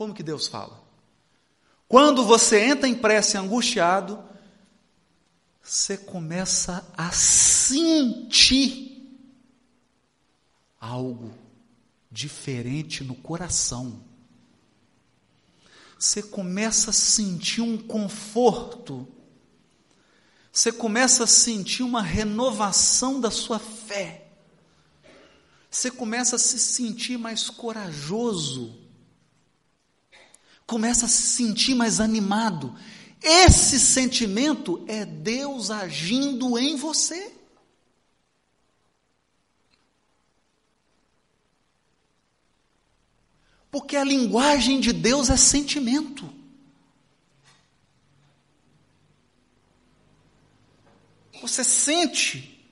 Como que Deus fala? Quando você entra em prece angustiado, você começa a sentir algo diferente no coração. Você começa a sentir um conforto. Você começa a sentir uma renovação da sua fé. Você começa a se sentir mais corajoso. Começa a se sentir mais animado. Esse sentimento é Deus agindo em você. Porque a linguagem de Deus é sentimento. Você sente.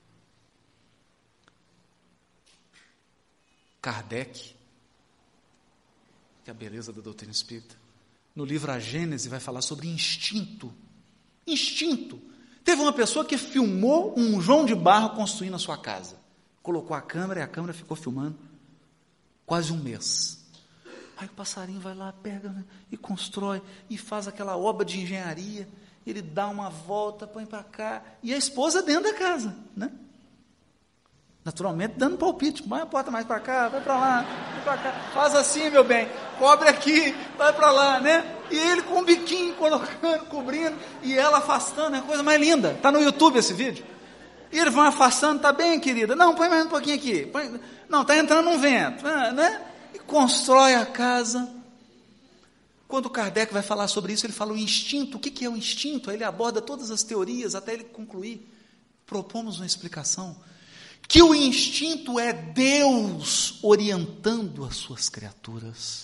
Kardec, que é a beleza da doutrina espírita, no livro A Gênese vai falar sobre instinto. Instinto. Teve uma pessoa que filmou um João de Barro construindo a sua casa. Colocou a câmera e a câmera ficou filmando quase um mês. Aí o passarinho vai lá, pega, né, e constrói, e faz aquela obra de engenharia, ele dá uma volta, põe para cá, e a esposa dentro da casa, né? Naturalmente dando palpite, põe a porta mais para cá, vai para lá, vai para cá, faz assim, meu bem, cobre aqui, vai para lá, né? E ele com um biquinho colocando, cobrindo, e ela afastando, é a coisa mais linda, está no YouTube esse vídeo. E eles vão afastando, tá bem, querida? Não, põe mais um pouquinho aqui, não, está entrando um vento, né? E constrói a casa. Quando Kardec vai falar sobre isso, ele fala o instinto. O que é o instinto? Aí ele aborda todas as teorias até ele concluir. Propomos uma explicação. Que o instinto é Deus orientando as suas criaturas.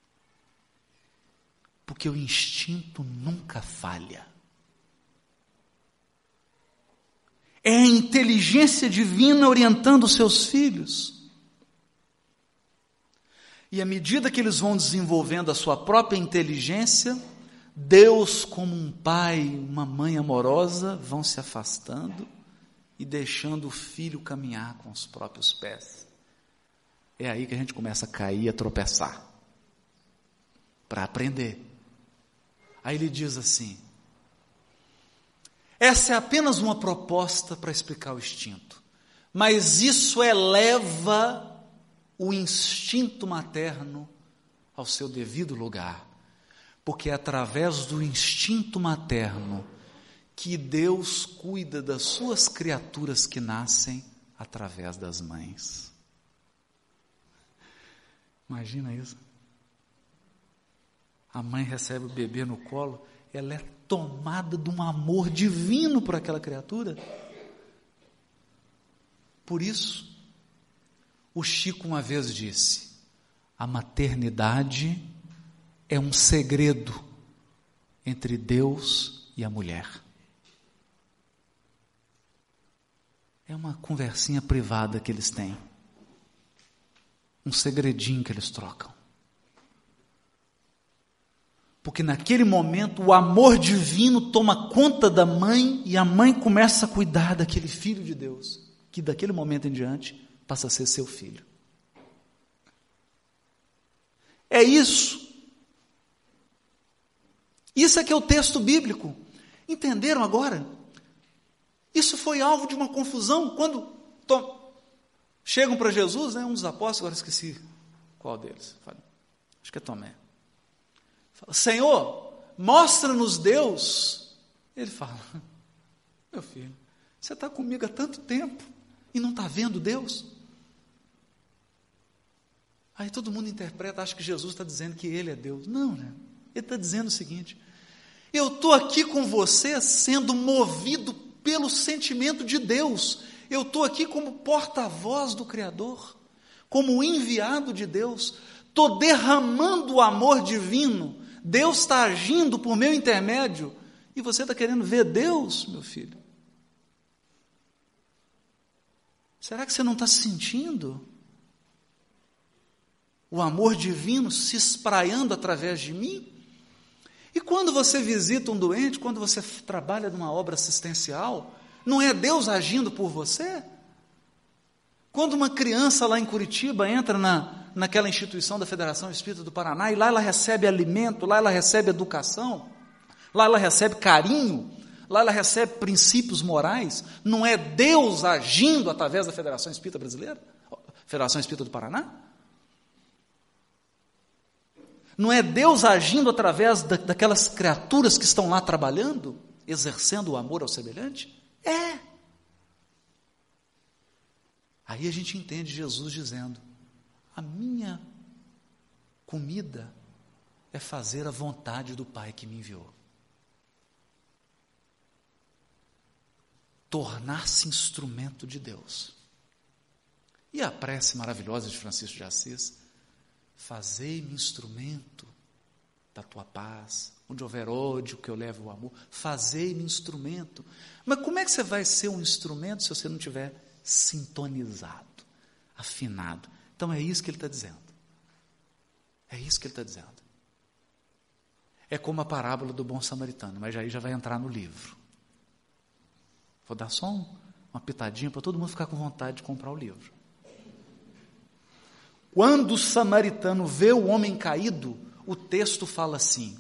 Porque o instinto nunca falha. É a inteligência divina orientando os seus filhos. E à medida que eles vão desenvolvendo a sua própria inteligência, Deus, como um pai, uma mãe amorosa, vão se afastando e deixando o filho caminhar com os próprios pés. É aí que a gente começa a cair, a tropeçar, para aprender. Aí ele diz assim, essa é apenas uma proposta para explicar o instinto, mas isso eleva o instinto materno ao seu devido lugar, porque é através do instinto materno que Deus cuida das suas criaturas que nascem através das mães. Imagina isso. A mãe recebe o bebê no colo, ela é tomada de um amor divino por aquela criatura. Por isso, o Chico uma vez disse, a maternidade é um segredo entre Deus e a mulher. É uma conversinha privada que eles têm. Um segredinho que eles trocam. Porque naquele momento o amor divino toma conta da mãe e a mãe começa a cuidar daquele filho de Deus, que daquele momento em diante passa a ser seu filho. É isso. Isso é que é o texto bíblico. Entenderam agora? Isso foi alvo de uma confusão quando chegam para Jesus, né, um dos apóstolos, agora esqueci qual deles. Acho que é Tomé. Fala, Senhor, mostra-nos Deus. Ele fala, meu filho, você está comigo há tanto tempo e não está vendo Deus? Aí todo mundo interpreta, acha que Jesus está dizendo que Ele é Deus. Não, né? Ele está dizendo o seguinte, eu estou aqui com você sendo movido pelo sentimento de Deus. Eu estou aqui como porta-voz do Criador, como enviado de Deus. Estou derramando o amor divino. Deus está agindo por meu intermédio. E você está querendo ver Deus, meu filho? Será que você não está sentindo o amor divino se espraiando através de mim? E quando você visita um doente, quando você trabalha numa obra assistencial, não é Deus agindo por você? Quando uma criança lá em Curitiba entra naquela instituição da Federação Espírita do Paraná, e lá ela recebe alimento, lá ela recebe educação, lá ela recebe carinho, lá ela recebe princípios morais. Não é Deus agindo através da Federação Espírita Brasileira? Federação Espírita do Paraná? Não é Deus agindo através daquelas criaturas que estão lá trabalhando, exercendo o amor ao semelhante? É. Aí a gente entende Jesus dizendo: a minha comida é fazer a vontade do Pai que me enviou. Tornar-se instrumento de Deus. E a prece maravilhosa de Francisco de Assis: fazei-me instrumento da tua paz, onde houver ódio, que eu leve o amor. Fazei-me instrumento. Mas como é que você vai ser um instrumento se você não tiver sintonizado, afinado? Então é isso que ele está dizendo. É isso que ele está dizendo. É como a parábola do bom samaritano, mas aí já vai entrar no livro. Vou dar só uma pitadinha para todo mundo ficar com vontade de comprar o livro. Quando o samaritano vê o homem caído, o texto fala assim: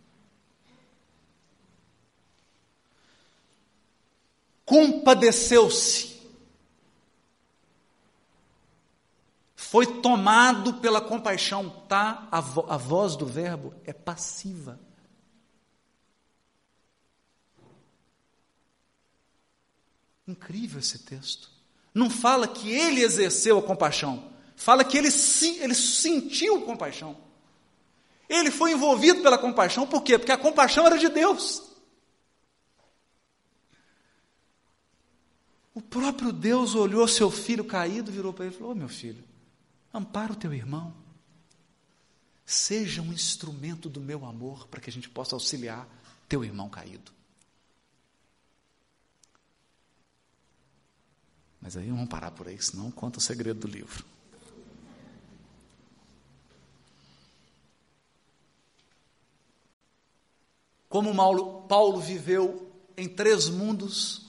compadeceu-se, foi tomado pela compaixão, tá? A voz do verbo é passiva. Incrível esse texto. Não fala que ele exerceu a compaixão, fala que ele sentiu compaixão. Ele foi envolvido pela compaixão. Por quê? Porque a compaixão era de Deus. O próprio Deus olhou seu filho caído, virou para ele e falou: ô meu filho, ampara o teu irmão, seja um instrumento do meu amor para que a gente possa auxiliar teu irmão caído. Mas aí vamos parar por aí, senão conta o segredo do livro. Como Paulo viveu em 3 mundos,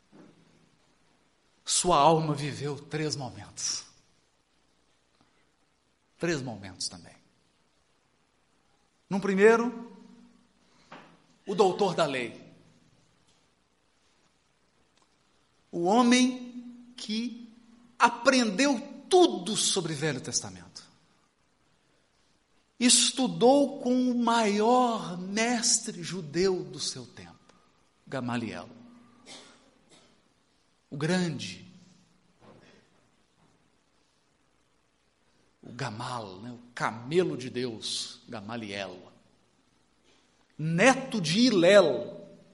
sua alma viveu 3 momentos. 3 momentos também. No primeiro, o doutor da lei. O homem que aprendeu tudo sobre o Velho Testamento. Estudou com o maior mestre judeu do seu tempo, Gamaliel. O grande, o Gamal, né? O camelo de Deus, Gamaliel. Neto de Hilel.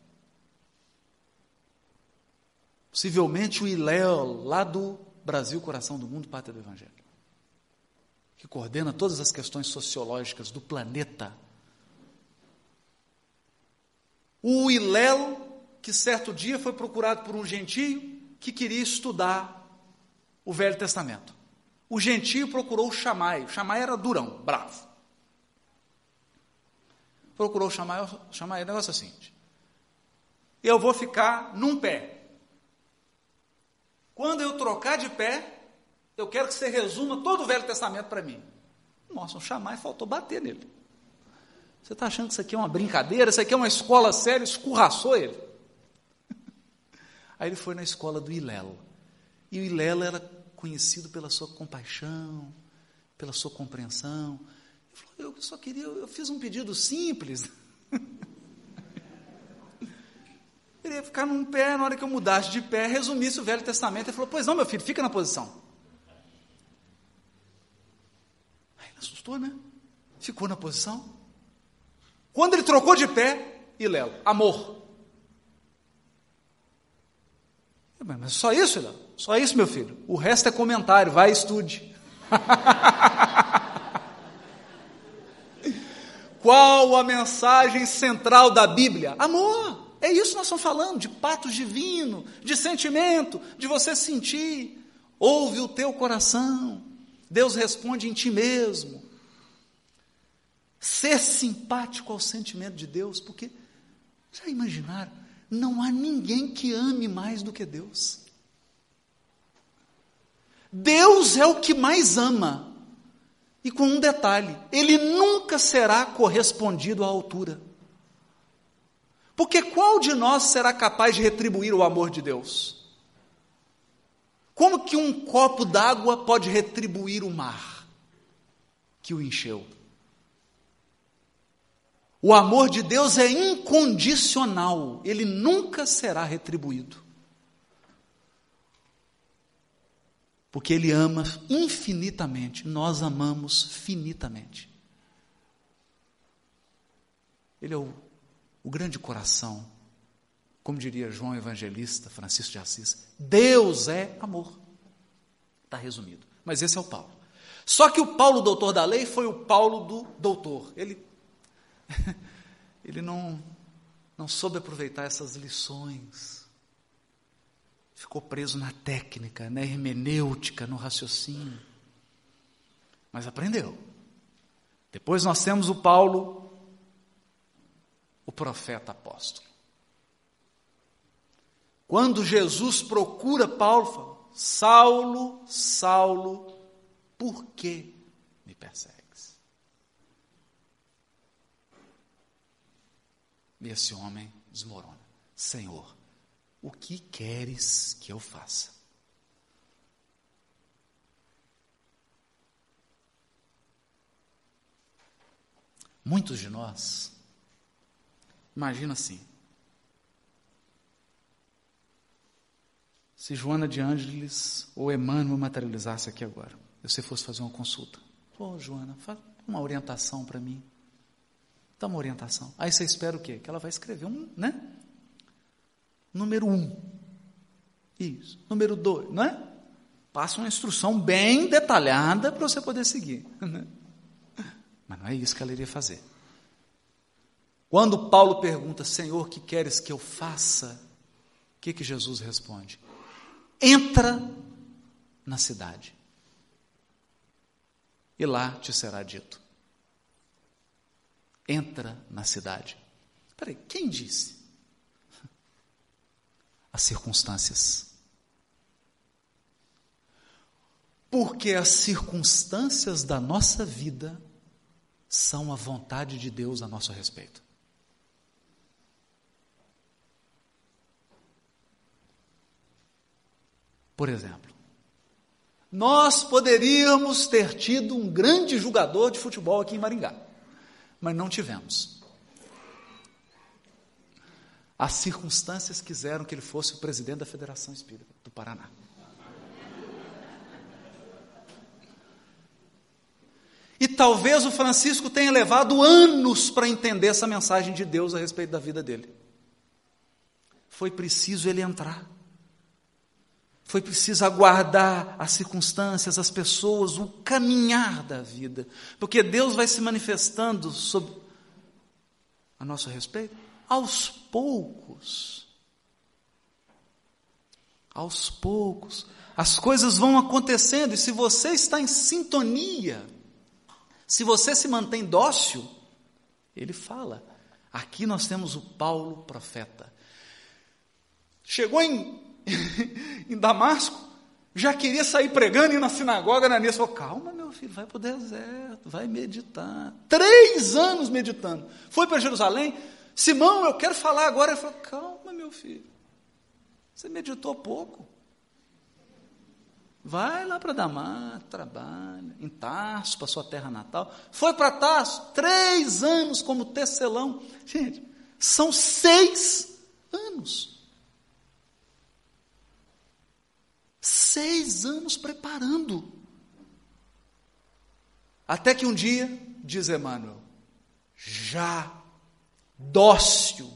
Possivelmente o Hilel, lá do Brasil, coração do mundo, pátria do Evangelho, que coordena todas as questões sociológicas do planeta. O Hilel, que certo dia foi procurado por um gentio que queria estudar o Velho Testamento. O gentio procurou o Shammai. O Shammai era durão, bravo. Procurou o Shammai, o negócio é o seguinte: eu vou ficar num pé. Quando eu trocar de pé, eu quero que você resuma todo o Velho Testamento para mim. Nossa, o Shammai faltou bater nele. Você está achando que isso aqui é uma brincadeira? Isso aqui é uma escola séria? Escorraçou ele. Aí ele foi na escola do Hilel. E o Hilel era conhecido pela sua compaixão, pela sua compreensão. Ele falou: eu fiz um pedido simples. Ele ia ficar num pé, na hora que eu mudasse de pé, resumisse o Velho Testamento. Ele falou: pois não, meu filho, fica na posição. Aí ele assustou, né? Ficou na posição. Quando ele trocou de pé, Hilel, amor. Mas só isso, Hilel? Só isso, meu filho. O resto é comentário, vai e estude. Qual a mensagem central da Bíblia? Amor. É isso que nós estamos falando, de patos divino, de sentimento, de você sentir. Ouve o teu coração. Deus responde em ti mesmo. Ser simpático ao sentimento de Deus, porque, já imaginaram, não há ninguém que ame mais do que Deus. Deus é o que mais ama. E com um detalhe, ele nunca será correspondido à altura. Porque qual de nós será capaz de retribuir o amor de Deus? Como que um copo d'água pode retribuir o mar que o encheu? O amor de Deus é incondicional, ele nunca será retribuído. Porque ele ama infinitamente, nós amamos finitamente. Ele é o grande coração, como diria João Evangelista, Francisco de Assis, Deus é amor. Está resumido. Mas esse é o Paulo. Só que o Paulo, doutor da lei, foi o Paulo do doutor. Ele não soube aproveitar essas lições. Ficou preso na técnica, na hermenêutica, no raciocínio. Mas aprendeu. Depois nós temos o Paulo, o profeta apóstolo. Quando Jesus procura Paulo, fala: Saulo, Saulo, por que me persegues? E esse homem desmorona. Senhor, o que queres que eu faça? Muitos de nós, imagina assim, se Joana de Ângeles ou Emmanuel materializasse aqui agora, e você fosse fazer uma consulta, Joana, faz uma orientação para mim, dá uma orientação, aí você espera o quê? Que ela vai escrever Número 1, isso, número 2, não é? Passa uma instrução bem detalhada para você poder seguir, né? Mas não é isso que ela iria fazer. Quando Paulo pergunta, Senhor, que queres que eu faça? O que Jesus responde? Entra na cidade, e lá te será dito. Entra na cidade. Espera aí, quem disse? As circunstâncias. Porque as circunstâncias da nossa vida são a vontade de Deus a nosso respeito. Por exemplo, nós poderíamos ter tido um grande jogador de futebol aqui em Maringá, mas não tivemos. As circunstâncias quiseram que ele fosse o presidente da Federação Espírita do Paraná. E talvez o Francisco tenha levado anos para entender essa mensagem de Deus a respeito da vida dele. Foi preciso ele entrar. Foi preciso aguardar as circunstâncias, as pessoas, o caminhar da vida. Porque Deus vai se manifestando a nosso respeito aos poucos. Aos poucos. As coisas vão acontecendo e se você está em sintonia, se você se mantém dócil, ele fala. Aqui nós temos o Paulo profeta. Chegou em Damasco, já queria sair pregando e ir na sinagoga, Ananias falou, calma meu filho, vai para o deserto, vai meditar. 3 anos meditando. Foi para Jerusalém, Simão, eu quero falar agora. Ele falou, calma meu filho, você meditou pouco. Vai lá para Damasco, trabalha, em Tarso, para sua terra natal. Foi para Tarso, 3 anos como tecelão. Gente, são 6 anos. 6 anos preparando. Até que um dia, diz Emmanuel, já dócil,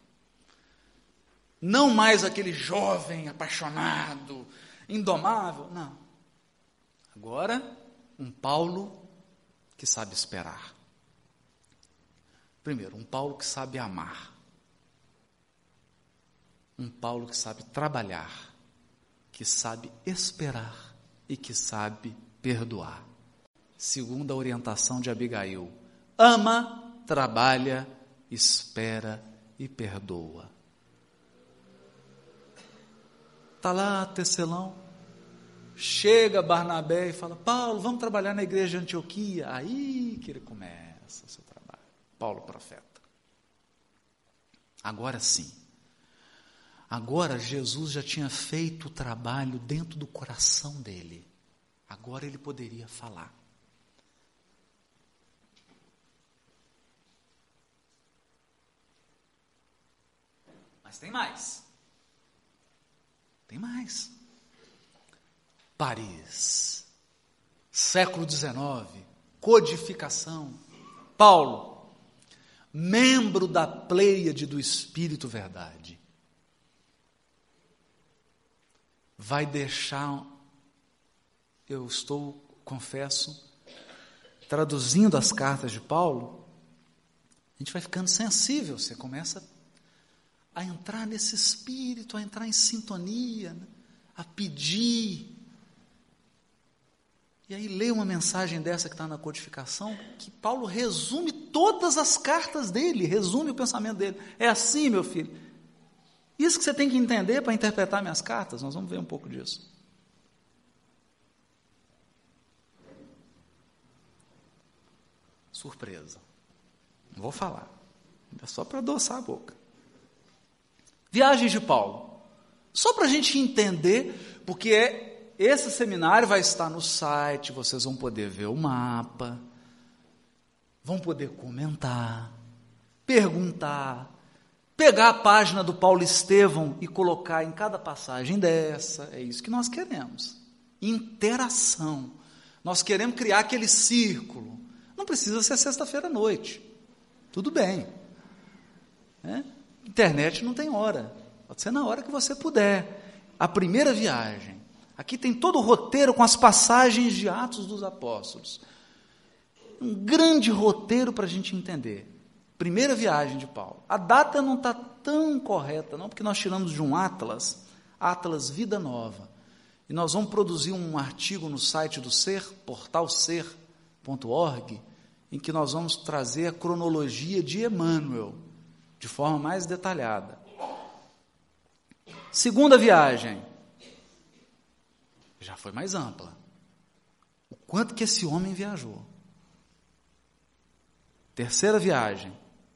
não mais aquele jovem apaixonado, indomável, não. Agora, um Paulo que sabe esperar. Primeiro, um Paulo que sabe amar. Um Paulo que sabe trabalhar, que sabe esperar e que sabe perdoar. Segundo a orientação de Abigail, ama, trabalha, espera e perdoa. Está lá tecelão, chega Barnabé e fala: Paulo, vamos trabalhar na igreja de Antioquia. Aí que ele começa o seu trabalho. Paulo, profeta. Agora sim. Agora Jesus já tinha feito o trabalho dentro do coração dele. Agora ele poderia falar. Mas tem mais. Tem mais. Paris, século XIX, codificação. Paulo, membro da Pleiade do Espírito Verdade, vai deixar, eu estou, confesso, traduzindo as cartas de Paulo, a gente vai ficando sensível, você começa a entrar nesse espírito, a entrar em sintonia, a pedir. E aí lê uma mensagem dessa que está na codificação, que Paulo resume todas as cartas dele, resume o pensamento dele. É assim, meu filho. Isso que você tem que entender para interpretar minhas cartas, nós vamos ver um pouco disso. Surpresa. Não vou falar. É só para adoçar a boca. Viagens de Paulo. Só para a gente entender, porque esse seminário vai estar no site, vocês vão poder ver o mapa, vão poder comentar, perguntar, pegar a página do Paulo Estevão e colocar em cada passagem dessa. É isso que nós queremos. Interação. Nós queremos criar aquele círculo. Não precisa ser sexta-feira à noite. Tudo bem. Internet não tem hora. Pode ser na hora que você puder. A primeira viagem. Aqui tem todo o roteiro com as passagens de Atos dos Apóstolos. Um grande roteiro para a gente entender. Primeira viagem de Paulo. A data não está tão correta, não, porque nós tiramos de um Atlas Vida Nova. E nós vamos produzir um artigo no site do Ser, portalser.org, em que nós vamos trazer a cronologia de Emmanuel, de forma mais detalhada. Segunda viagem. Já foi mais ampla. O quanto que esse homem viajou. Terceira viagem.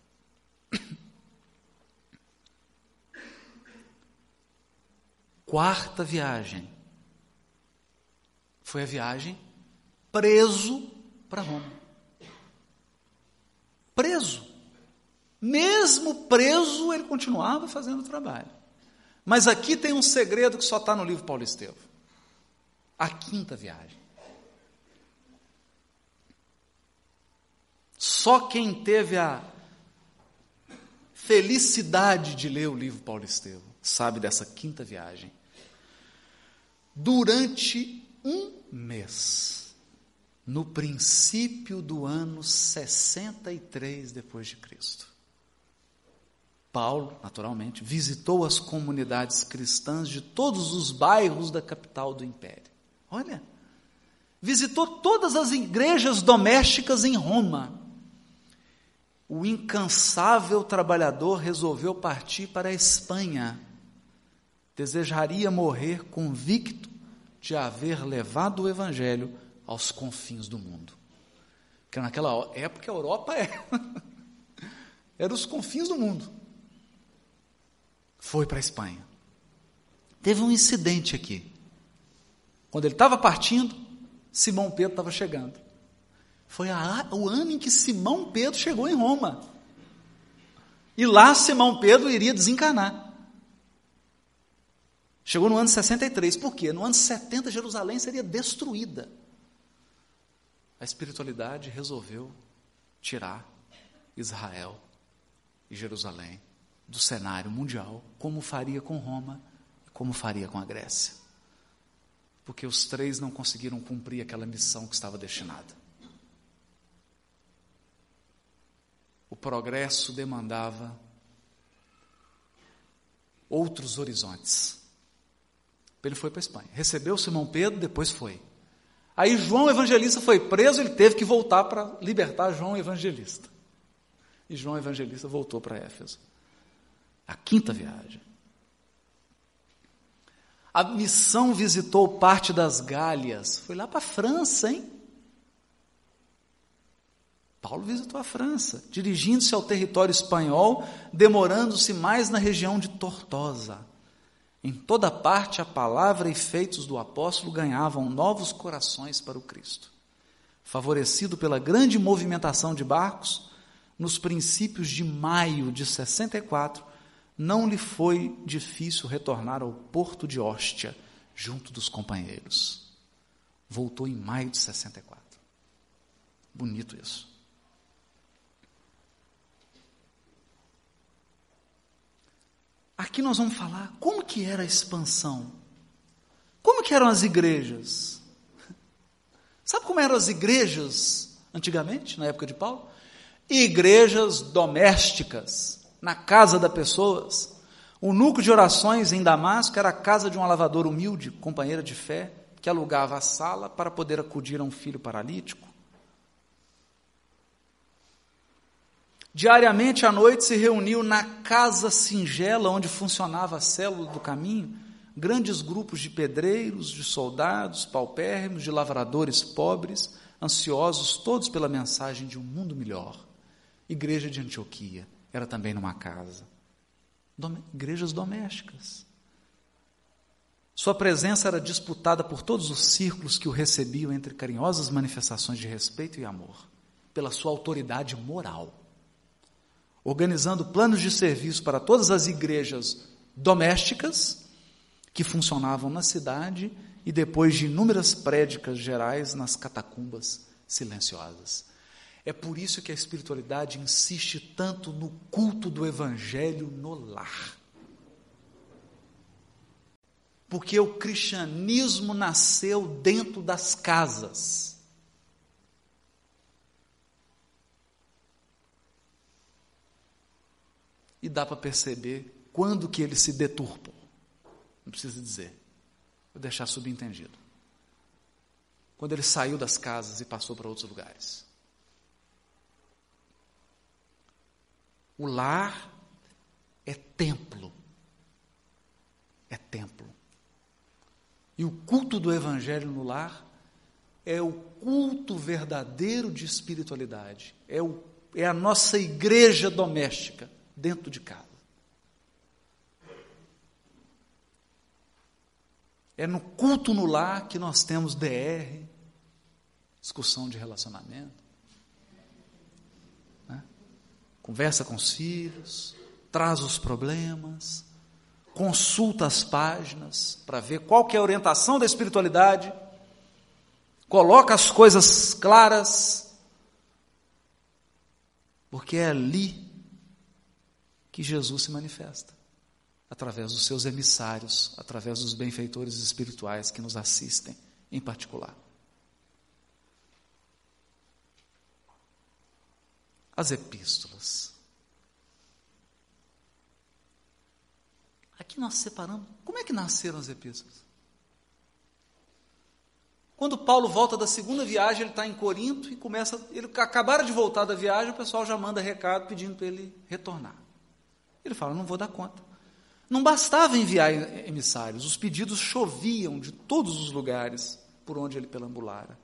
Quarta viagem. Foi a viagem preso para Roma. Preso. Mesmo preso, ele continuava fazendo o trabalho. Mas aqui tem um segredo que só está no livro Paulo Estevão. A quinta viagem. Só quem teve a felicidade de ler o livro Paulo Estevão sabe dessa quinta viagem. Durante um mês, no princípio do ano 63 depois de Cristo, Paulo, naturalmente, visitou as comunidades cristãs de todos os bairros da capital do Império. Olha, visitou todas as igrejas domésticas em Roma. O incansável trabalhador resolveu partir para a Espanha. Desejaria morrer convicto de haver levado o Evangelho aos confins do mundo. Porque naquela época a Europa era os confins do mundo. Foi para a Espanha. Teve um incidente aqui. Quando ele estava partindo, Simão Pedro estava chegando. Foi o ano em que Simão Pedro chegou em Roma. E lá Simão Pedro iria desencarnar. Chegou no ano 63. Por quê? No ano 70, Jerusalém seria destruída. A espiritualidade resolveu tirar Israel e Jerusalém do cenário mundial, como faria com Roma e como faria com a Grécia. Porque os três não conseguiram cumprir aquela missão que estava destinada. O progresso demandava outros horizontes. Ele foi para a Espanha. Recebeu Simão Pedro, depois foi. Aí João Evangelista foi preso, ele teve que voltar para libertar João Evangelista. E João Evangelista voltou para Éfeso. A quinta viagem. A missão visitou parte das Gálias. Foi lá para a França, hein? Paulo visitou a França, dirigindo-se ao território espanhol, demorando-se mais na região de Tortosa. Em toda parte, a palavra e feitos do apóstolo ganhavam novos corações para o Cristo. Favorecido pela grande movimentação de barcos, nos princípios de maio de 64, não lhe foi difícil retornar ao porto de Ostia, junto dos companheiros. Voltou em maio de 64. Bonito isso. Aqui nós vamos falar como que era a expansão. Como que eram as igrejas? Sabe como eram as igrejas antigamente, na época de Paulo? Igrejas domésticas, na casa das pessoas. O núcleo de orações em Damasco era a casa de uma lavadora humilde, companheira de fé, que alugava a sala para poder acudir a um filho paralítico. Diariamente à noite se reuniu na casa singela onde funcionava a célula do caminho, grandes grupos de pedreiros, de soldados, paupérrimos, de lavradores pobres, ansiosos todos pela mensagem de um mundo melhor. Igreja de Antioquia era também numa casa. Igrejas domésticas. Sua presença era disputada por todos os círculos que o recebiam entre carinhosas manifestações de respeito e amor, pela sua autoridade moral. Organizando planos de serviço para todas as igrejas domésticas que funcionavam na cidade e depois de inúmeras prédicas gerais nas catacumbas silenciosas. É por isso que a espiritualidade insiste tanto no culto do evangelho no lar. Porque o cristianismo nasceu dentro das casas. E dá para perceber quando que ele se deturpou. Não precisa dizer. Vou deixar subentendido. Quando ele saiu das casas e passou para outros lugares. O lar é templo. É templo. E o culto do evangelho no lar é o culto verdadeiro de espiritualidade. É a nossa igreja doméstica dentro de casa. É no culto no lar que nós temos DR, discussão de relacionamento, né? Conversa com os filhos, traz os problemas, consulta as páginas para ver qual que é a orientação da espiritualidade, coloca as coisas claras, porque é ali que Jesus se manifesta, através dos seus emissários, através dos benfeitores espirituais que nos assistem, em particular. As epístolas. Aqui nós separamos. Como é que nasceram as epístolas? Quando Paulo volta da segunda viagem, ele está em Corinto e ele acabaram de voltar da viagem, o pessoal já manda recado pedindo para ele retornar. Ele fala, não vou dar conta. Não bastava enviar emissários, os pedidos choviam de todos os lugares por onde ele perambulara.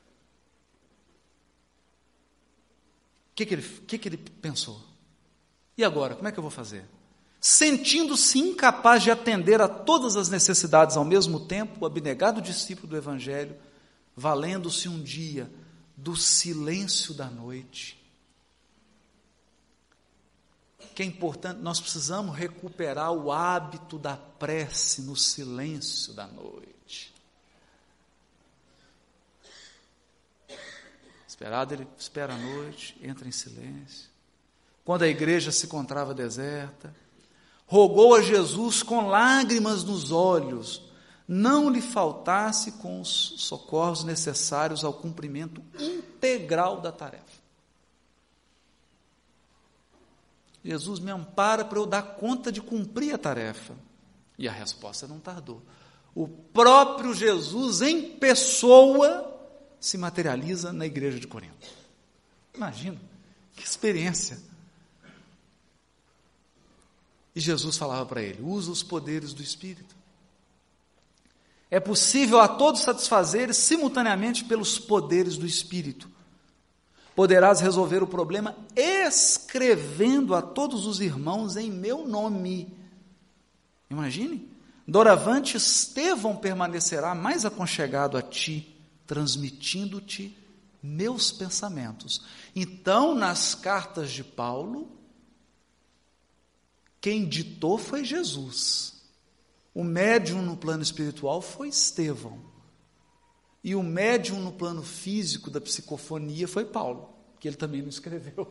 O que ele pensou? E agora, como é que eu vou fazer? Sentindo-se incapaz de atender a todas as necessidades ao mesmo tempo, o abnegado discípulo do Evangelho, valendo-se um dia do silêncio da noite. Que é importante, nós precisamos recuperar o hábito da prece no silêncio da noite. Esperado, ele espera a noite, entra em silêncio. Quando a igreja se encontrava deserta, rogou a Jesus com lágrimas nos olhos, não lhe faltasse com os socorros necessários ao cumprimento integral da tarefa. Jesus, me ampara para eu dar conta de cumprir a tarefa. E a resposta não tardou. O próprio Jesus, em pessoa, se materializa na igreja de Corinto. Imagina, que experiência. E Jesus falava para ele, usa os poderes do Espírito. É possível a todos satisfazer simultaneamente pelos poderes do Espírito. Poderás resolver o problema escrevendo a todos os irmãos em meu nome. Imagine, doravante Estevão permanecerá mais aconchegado a ti, transmitindo-te meus pensamentos. Então, nas cartas de Paulo, quem ditou foi Jesus. O médium no plano espiritual foi Estevão. E o médium no plano físico da psicofonia foi Paulo, que ele também não escreveu.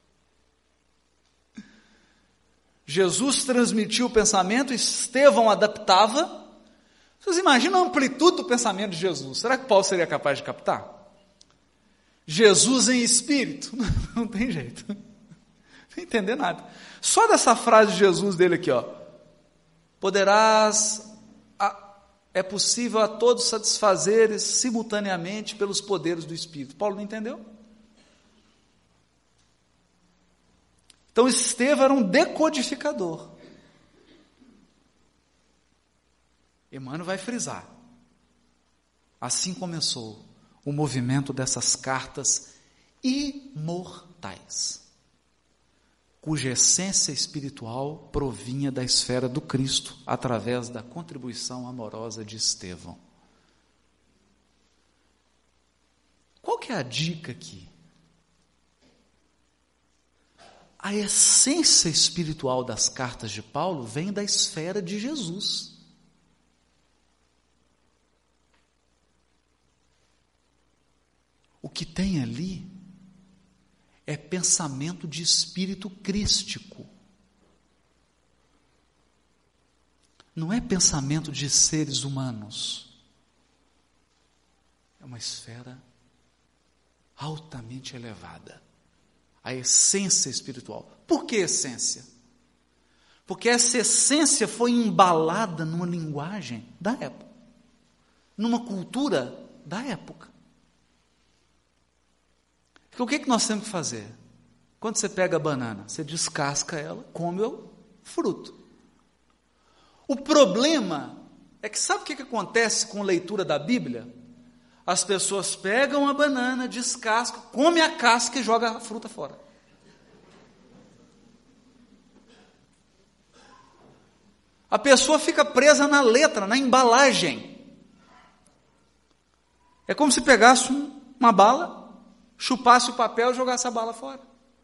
Jesus transmitiu o pensamento, Estevão adaptava. Vocês imaginam a amplitude do pensamento de Jesus? Será que Paulo seria capaz de captar? Jesus em espírito? Não tem jeito. Não tem entender nada. Só dessa frase de Jesus dele aqui, ó. É possível a todos satisfazer simultaneamente pelos poderes do Espírito. Paulo não entendeu? Então, Estevão era um decodificador. Emmanuel vai frisar. Assim começou o movimento dessas cartas imortais, cuja essência espiritual provinha da esfera do Cristo, através da contribuição amorosa de Estevão. Qual que é a dica aqui? A essência espiritual das cartas de Paulo vem da esfera de Jesus. O que tem ali é pensamento de espírito crístico. Não é pensamento de seres humanos. É uma esfera altamente elevada. A essência espiritual. Por que essência? Porque essa essência foi embalada numa linguagem da época, numa cultura da época. Porque o que nós temos que fazer? Quando você pega a banana, você descasca ela, come o fruto. O problema é que sabe o que acontece com a leitura da Bíblia? As pessoas pegam a banana, descascam, comem a casca e jogam a fruta fora. A pessoa fica presa na letra, na embalagem. É como se pegasse uma bala, chupasse o papel e jogasse a bala fora.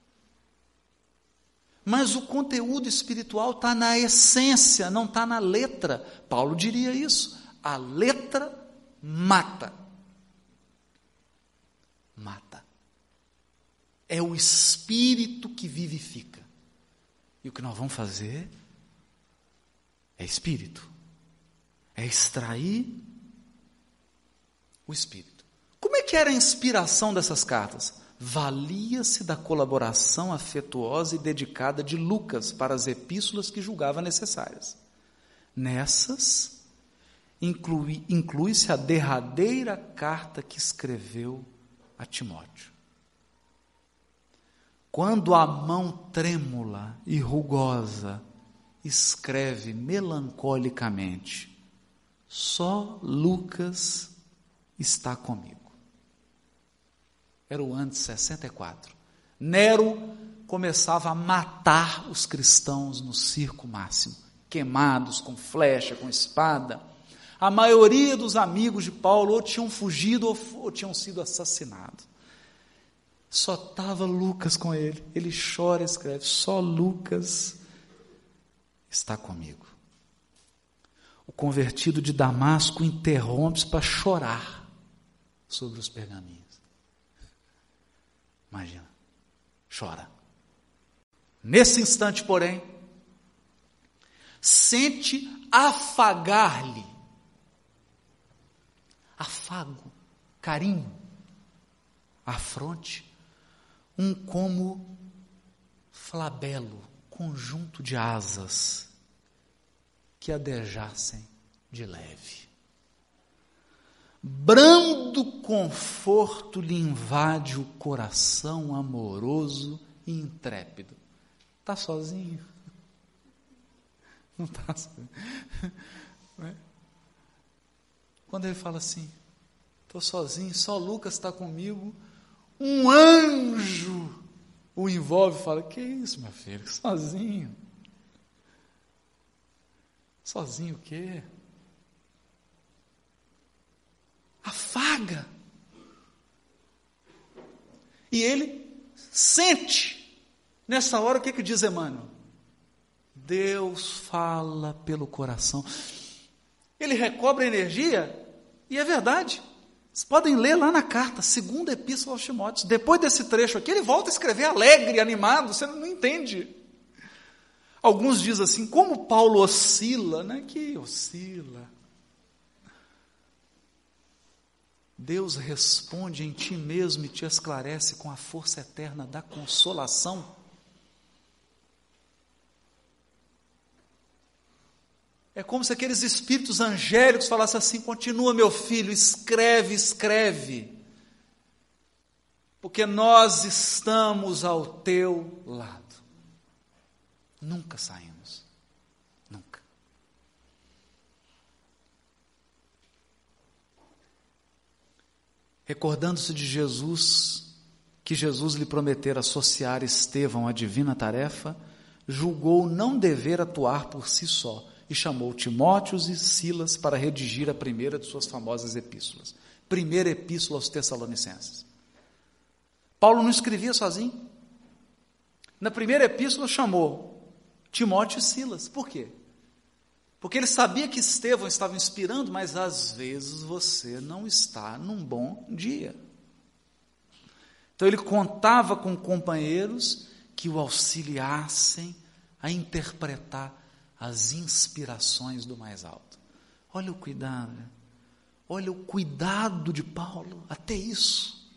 Mas o conteúdo espiritual está na essência, não está na letra. Paulo diria isso. A letra mata. Mata. É o espírito que vivifica. E o que nós vamos fazer é espírito. É extrair o espírito. Como é que era a inspiração dessas cartas? Valia-se da colaboração afetuosa e dedicada de Lucas para as epístolas que julgava necessárias. Nessas, inclui-se a derradeira carta que escreveu a Timóteo. Quando a mão trêmula e rugosa escreve melancolicamente, só Lucas está comigo. Era o ano de 64. Nero começava a matar os cristãos no circo máximo, queimados com flecha, com espada. A maioria dos amigos de Paulo ou tinham fugido ou tinham sido assassinados. Só estava Lucas com ele. Ele chora e escreve, só Lucas está comigo. O convertido de Damasco interrompe-se para chorar sobre os pergaminhos. Imagina, chora. Nesse instante, porém, sente afagar-lhe, afago, carinho, à fronte, um como flabelo, conjunto de asas que adejassem de leve. Brando conforto lhe invade o coração amoroso e intrépido. Está sozinho? Não está sozinho. Quando ele fala assim, estou sozinho, só Lucas está comigo, um anjo o envolve e fala, que isso, meu filho, sozinho? Sozinho o quê? Afaga. E ele sente. Nessa hora, o que diz Emmanuel? Deus fala pelo coração. Ele recobra energia, e é verdade. Vocês podem ler lá na carta, segunda epístola aos Timóteos. Depois desse trecho aqui, ele volta a escrever alegre, animado, você não entende. Alguns dizem assim, como Paulo oscila, né? Que oscila. Deus responde em ti mesmo e te esclarece com a força eterna da consolação. É como se aqueles espíritos angélicos falassem assim, continua meu filho, escreve, escreve, porque nós estamos ao teu lado. Nunca saímos, nunca. Recordando-se de Jesus, que Jesus lhe prometera associar Estevão à divina tarefa, julgou não dever atuar por si só, e chamou Timóteos e Silas para redigir a primeira de suas famosas epístolas. Primeira epístola aos Tessalonicenses. Paulo não escrevia sozinho. Na primeira epístola chamou Timóteo e Silas. Por quê? Porque ele sabia que Estevão estava inspirando, mas às vezes você não está num bom dia. Então ele contava com companheiros que o auxiliassem a interpretar as inspirações do mais alto. Olha o cuidado de Paulo, até isso.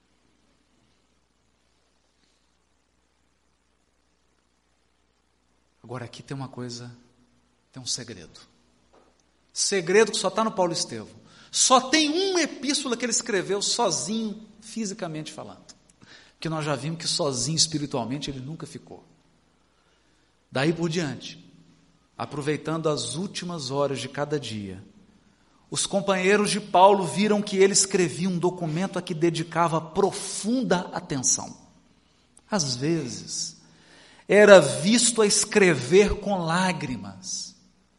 Agora aqui tem uma coisa, tem um segredo. Segredo que só está no Paulo Estevão. Só tem uma epístola que ele escreveu sozinho, fisicamente falando. Porque nós já vimos que sozinho espiritualmente ele nunca ficou. Daí por diante, aproveitando as últimas horas de cada dia, os companheiros de Paulo viram que ele escrevia um documento a que dedicava profunda atenção. Às vezes, era visto a escrever com lágrimas.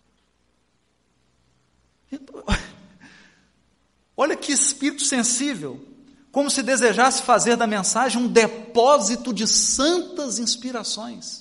Olha que espírito sensível, como se desejasse fazer da mensagem um depósito de santas inspirações.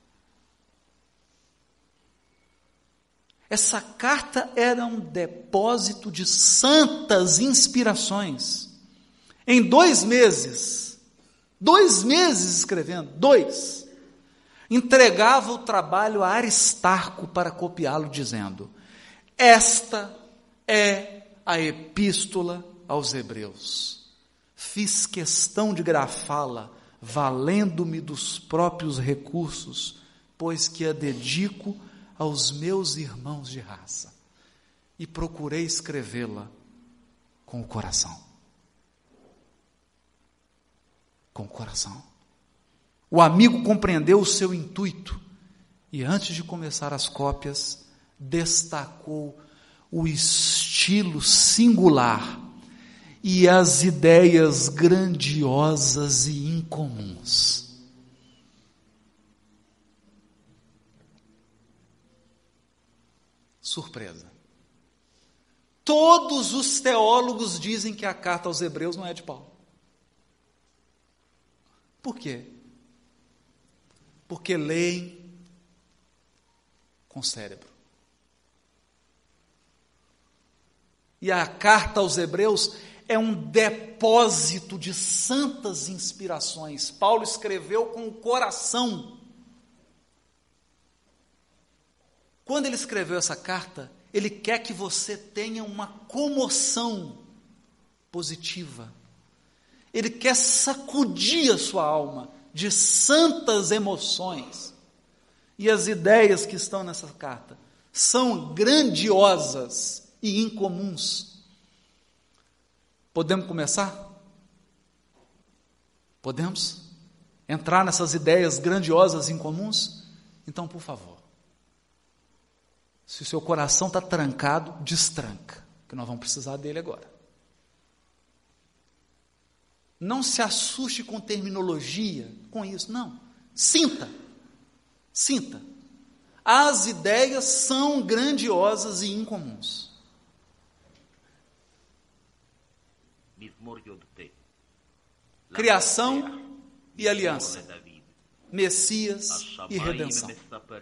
Essa carta era um depósito de santas inspirações. Em 2 meses escrevendo, entregava o trabalho a Aristarco para copiá-lo, dizendo, esta é a epístola aos Hebreus. Fiz questão de grafá-la, valendo-me dos próprios recursos, pois que a dedico aos meus irmãos de raça, e procurei escrevê-la com o coração. Com o coração. O amigo compreendeu o seu intuito, e antes de começar as cópias, destacou o estilo singular e as ideias grandiosas e incomuns. Surpresa. Todos os teólogos dizem que a carta aos Hebreus não é de Paulo. Por quê? Porque leem com cérebro. E a carta aos Hebreus é um depósito de santas inspirações. Paulo escreveu com o coração. Quando ele escreveu essa carta, ele quer que você tenha uma comoção positiva. Ele quer sacudir a sua alma de santas emoções. E as ideias que estão nessa carta são grandiosas e incomuns. Podemos começar? Podemos entrar nessas ideias grandiosas e incomuns? Então, por favor, se o seu coração está trancado, destranca que nós vamos precisar dele agora. Não se assuste com terminologia, com isso, não. Sinta. As ideias são grandiosas e incomuns. Criação e aliança. Messias e redenção.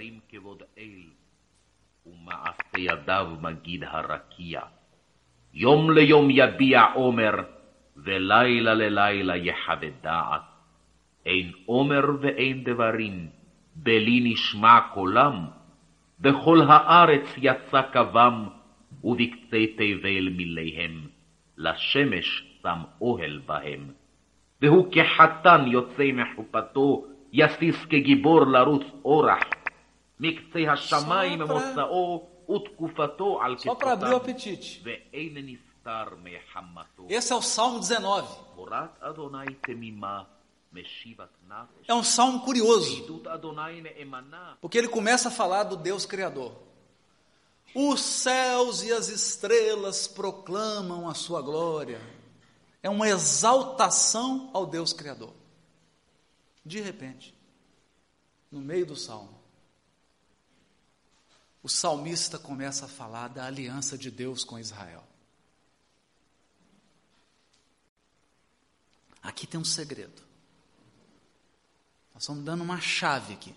Yom leyom yabia omer ולילה ללילה יחווה דעת. אין אומר ואין דברים, בלי נשמע קולם. בכל הארץ יצא קוום, ובקצה תבל מיליהם. לשמש שם אוהל בהם. והוא כחתן יוצא מחופתו, יסיס כגיבור לרוץ אורח. מקצה השמיים מוצאו, ותקופתו על כתפיו. ואין נסתר. Esse é o Salmo 19. É um salmo curioso, porque ele começa a falar do Deus Criador. Os céus e as estrelas proclamam a sua glória. É uma exaltação ao Deus Criador. De repente, no meio do salmo, o salmista começa a falar da aliança de Deus com Israel. Aqui tem um segredo. Nós estamos dando uma chave aqui.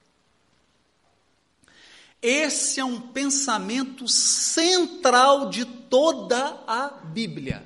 Esse é um pensamento central de toda a Bíblia.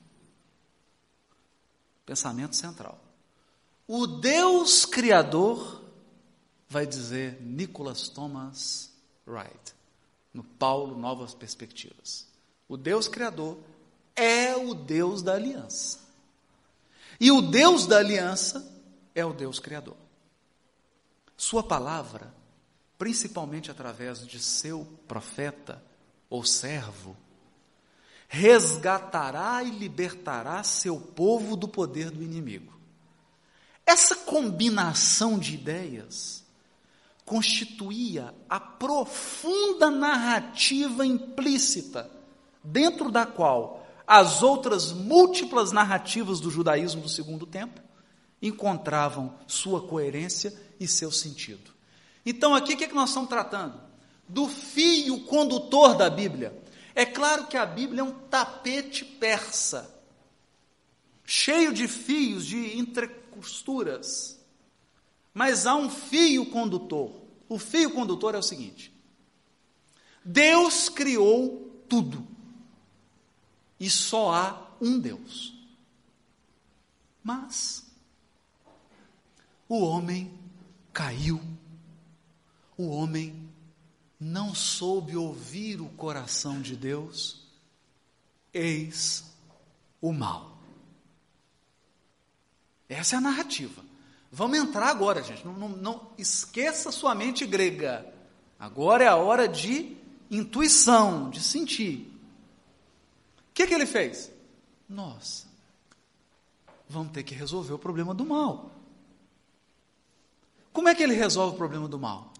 Pensamento central. O Deus Criador, vai dizer Nicholas Thomas Wright, no Paulo Novas Perspectivas. O Deus Criador é o Deus da aliança. E o Deus da aliança é o Deus Criador. Sua palavra, principalmente através de seu profeta ou servo, resgatará e libertará seu povo do poder do inimigo. Essa combinação de ideias constituía a profunda narrativa implícita, dentro da qual as outras múltiplas narrativas do judaísmo do segundo tempo encontravam sua coerência e seu sentido. Então, aqui o que nós estamos tratando? Do fio condutor da Bíblia. É claro que a Bíblia é um tapete persa, cheio de fios, de entrecosturas. Mas há um fio condutor. O fio condutor é o seguinte: Deus criou tudo. E só há um Deus. Mas o homem caiu. O homem não soube ouvir o coração de Deus. Eis o mal. Essa é a narrativa. Vamos entrar agora, gente. Não esqueça sua mente grega. Agora é a hora de intuição, de sentir. O que ele fez? Nossa, vamos ter que resolver o problema do mal. Como é que ele resolve o problema do mal?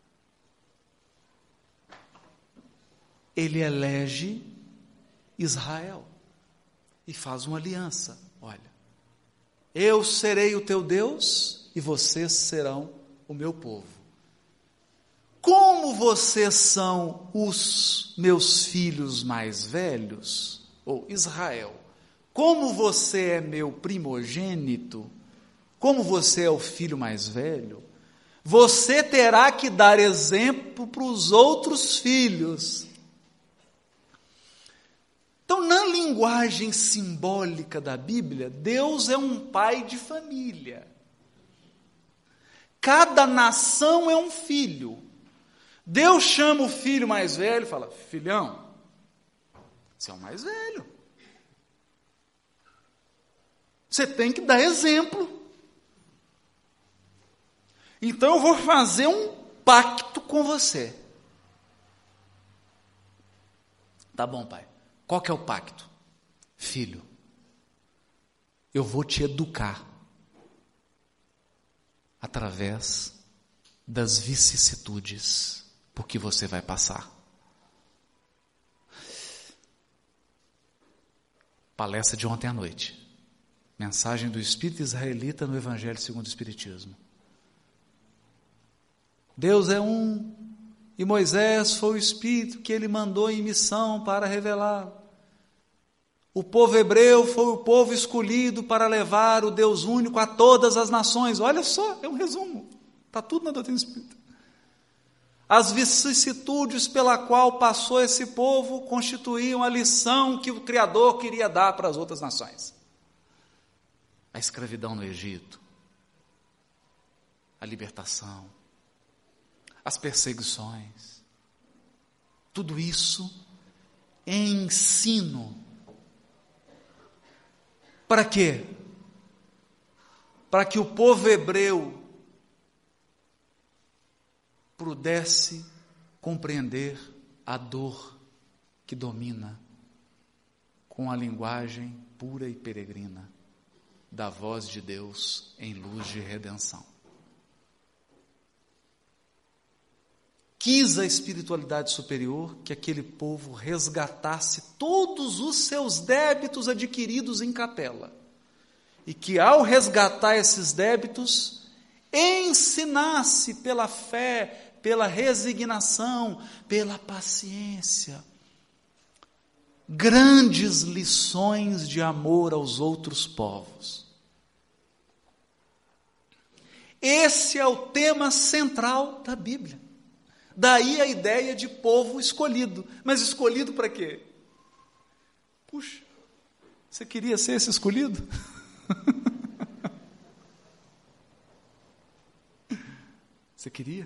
Ele elege Israel e faz uma aliança. Olha, eu serei o teu Deus e vocês serão o meu povo. Como vocês são os meus filhos mais velhos, ou Israel, como você é meu primogênito, como você é o filho mais velho, você terá que dar exemplo para os outros filhos. Então, na linguagem simbólica da Bíblia, Deus é um pai de família. Cada nação é um filho. Deus chama o filho mais velho e fala: filhão, você é o mais velho. Você tem que dar exemplo. Então eu vou fazer um pacto com você. Tá bom, pai. Qual que é o pacto? Filho, eu vou te educar através das vicissitudes por que você vai passar. Palestra de ontem à noite. Mensagem do Espírito Israelita no Evangelho segundo o Espiritismo. Deus é um, e Moisés foi o Espírito que ele mandou em missão para revelá-lo. O povo hebreu foi o povo escolhido para levar o Deus único a todas as nações. Olha só, é um resumo. Está tudo na doutrina espírita. As vicissitudes pela qual passou esse povo constituíam a lição que o Criador queria dar para as outras nações. A escravidão no Egito, a libertação, as perseguições, tudo isso é ensino. Para quê? Para que o povo hebreu pudesse compreender a dor que domina com a linguagem pura e peregrina da voz de Deus em luz de redenção. Quis a espiritualidade superior que aquele povo resgatasse todos os seus débitos adquiridos em capela e que, ao resgatar esses débitos, ensinasse pela fé, pela resignação, pela paciência, grandes lições de amor aos outros povos. Esse é o tema central da Bíblia. Daí a ideia de povo escolhido. Mas escolhido para quê? Puxa, você queria ser esse escolhido? Você queria?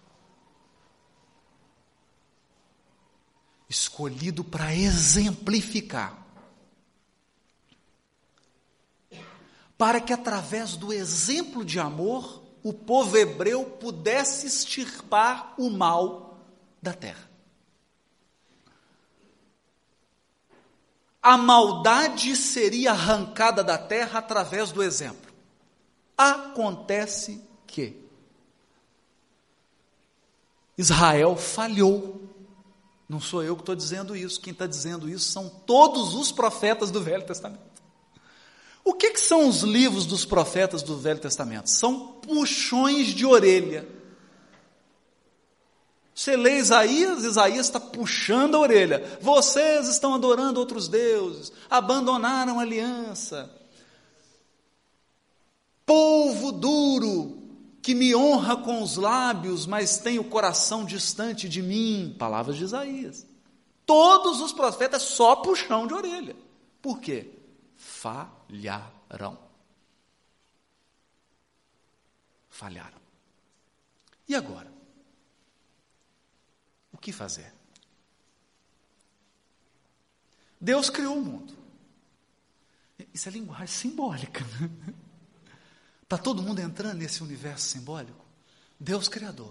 Escolhido para exemplificar. Para que através do exemplo de amor, o povo hebreu pudesse extirpar o mal da terra. A maldade seria arrancada da terra através do exemplo. Acontece que Israel falhou. Não sou eu que estou dizendo isso. Quem está dizendo isso são todos os profetas do Velho Testamento. O que são os livros dos profetas do Velho Testamento? São puxões de orelha. Você lê Isaías está puxando a orelha. Vocês estão adorando outros deuses, abandonaram a aliança. Povo duro, que me honra com os lábios, mas tem o coração distante de mim. Palavras de Isaías. Todos os profetas só puxão de orelha. Por quê? Falharam. Falharam. E agora? O que fazer? Deus criou o mundo. Isso é linguagem simbólica. Está todo mundo entrando nesse universo simbólico? Deus Criador.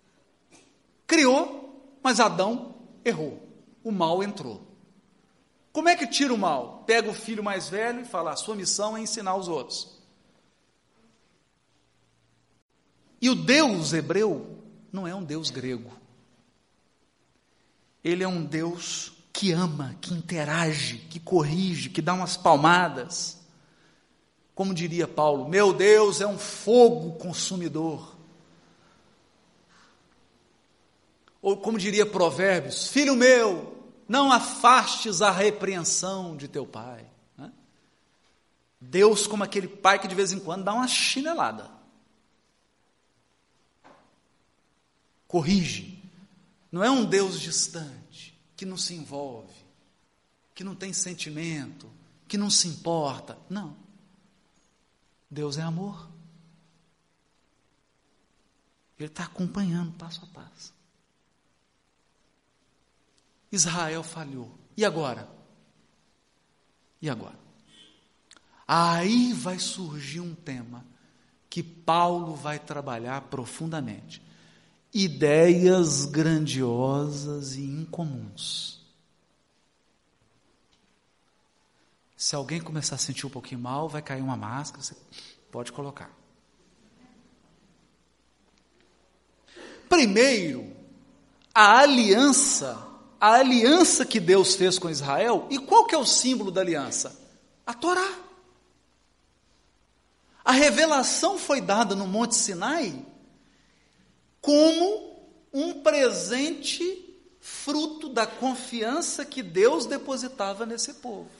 Criou, mas Adão errou. O mal entrou. Como é que tira o mal? Pega o filho mais velho e fala, a sua missão é ensinar os outros. E o Deus hebreu não é um Deus grego. Ele é um Deus que ama, que interage, que corrige, que dá umas palmadas. Como diria Paulo, meu Deus é um fogo consumidor. Ou como diria Provérbios, filho meu, não afastes a repreensão de teu pai. Deus como aquele pai que de vez em quando dá uma chinelada. Corrige. Não é um Deus distante, que não se envolve, que não tem sentimento, que não se importa. Não. Deus é amor. Ele está acompanhando passo a passo. Israel falhou. E agora? E agora? Aí vai surgir um tema que Paulo vai trabalhar profundamente. Ideias grandiosas e incomuns. Se alguém começar a sentir um pouquinho mal, vai cair uma máscara, você pode colocar. Primeiro, a aliança que Deus fez com Israel. E qual que é o símbolo da aliança? A Torá. A revelação foi dada no Monte Sinai como um presente fruto da confiança que Deus depositava nesse povo.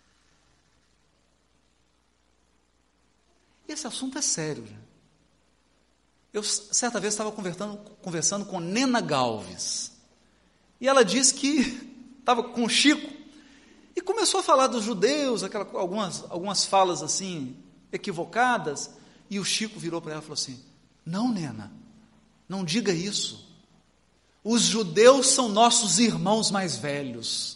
Esse assunto é sério. Eu, certa vez, estava conversando com Nena Galves, e ela disse que estava com o Chico, e começou a falar dos judeus, algumas falas assim, equivocadas, e o Chico virou para ela e falou assim: não, Nena, não diga isso. Os judeus são nossos irmãos mais velhos.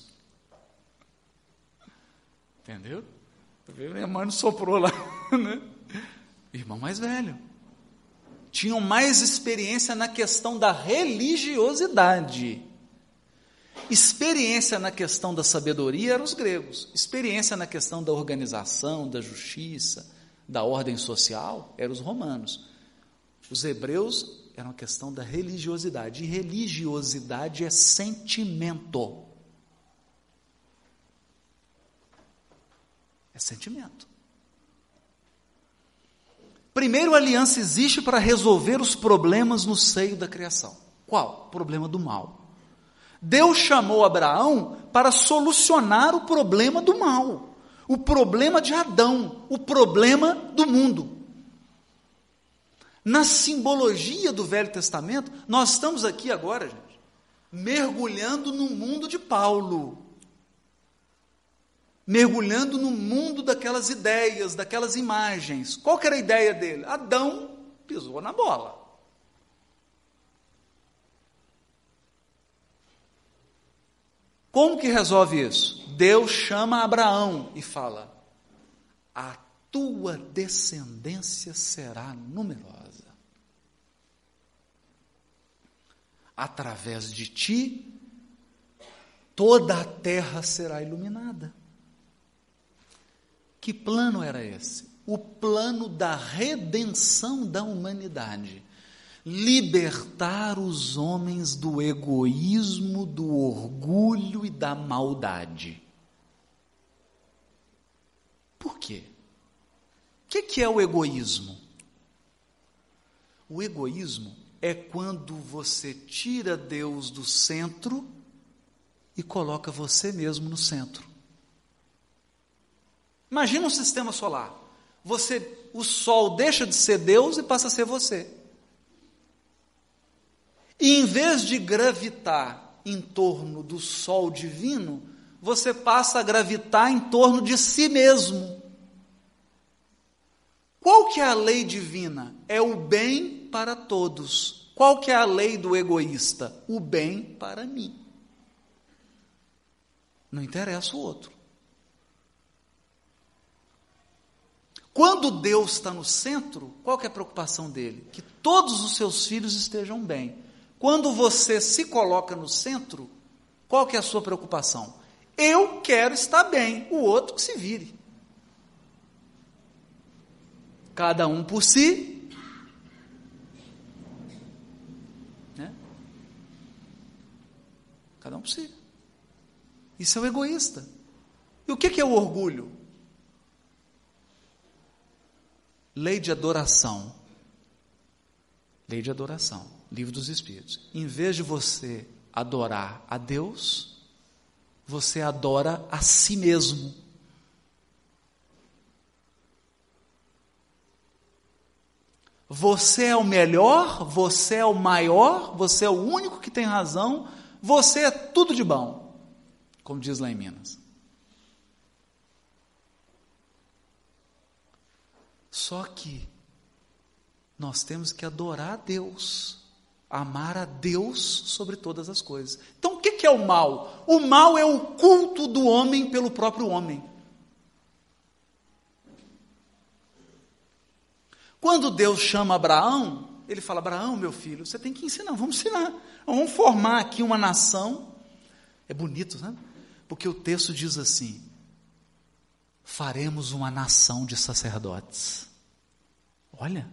Entendeu? Minha mãe não soprou lá, né? Irmão mais velho. Tinham mais experiência na questão da religiosidade. Experiência na questão da sabedoria eram os gregos. Experiência na questão da organização, da justiça, da ordem social, eram os romanos. Os hebreus eram a questão da religiosidade. E religiosidade é sentimento. É sentimento. Primeiro, a aliança existe para resolver os problemas no seio da criação. Qual? O problema do mal. Deus chamou Abraão para solucionar o problema do mal, o problema de Adão, o problema do mundo. Na simbologia do Velho Testamento, nós estamos aqui agora, gente, mergulhando no mundo de Paulo, mergulhando no mundo daquelas ideias, daquelas imagens. Qual que era a ideia dele? Adão pisou na bola. Como que resolve isso? Deus chama Abraão e fala: a tua descendência será numerosa. Através de ti, toda a terra será iluminada. Que plano era esse? O plano da redenção da humanidade. Libertar os homens do egoísmo, do orgulho e da maldade. Por quê? O que é o egoísmo? O egoísmo é quando você tira Deus do centro e coloca você mesmo no centro. Imagina um sistema solar. O Sol deixa de ser Deus e passa a ser você. E em vez de gravitar em torno do Sol divino, você passa a gravitar em torno de si mesmo. Qual que é a lei divina? É o bem para todos. Qual que é a lei do egoísta? O bem para mim. Não interessa o outro. Quando Deus está no centro, qual que é a preocupação dele? Que todos os seus filhos estejam bem. Quando você se coloca no centro, qual que é a sua preocupação? Eu quero estar bem, o outro que se vire. Cada um por si. Né? Cada um por si. Isso é o egoísta. E o que é o orgulho? Lei de adoração. Lei de adoração. Livro dos Espíritos. Em vez de você adorar a Deus, você adora a si mesmo. Você é o melhor, você é o maior, você é o único que tem razão, você é tudo de bom, como diz lá em Minas. Só que nós temos que adorar a Deus, amar a Deus sobre todas as coisas. Então o que é o mal? O mal é o culto do homem pelo próprio homem. Quando Deus chama Abraão, ele fala: Abraão, meu filho, você tem que ensinar, vamos ensinar, vamos formar aqui uma nação. É bonito, né? Porque o texto diz assim: faremos uma nação de sacerdotes. Olha,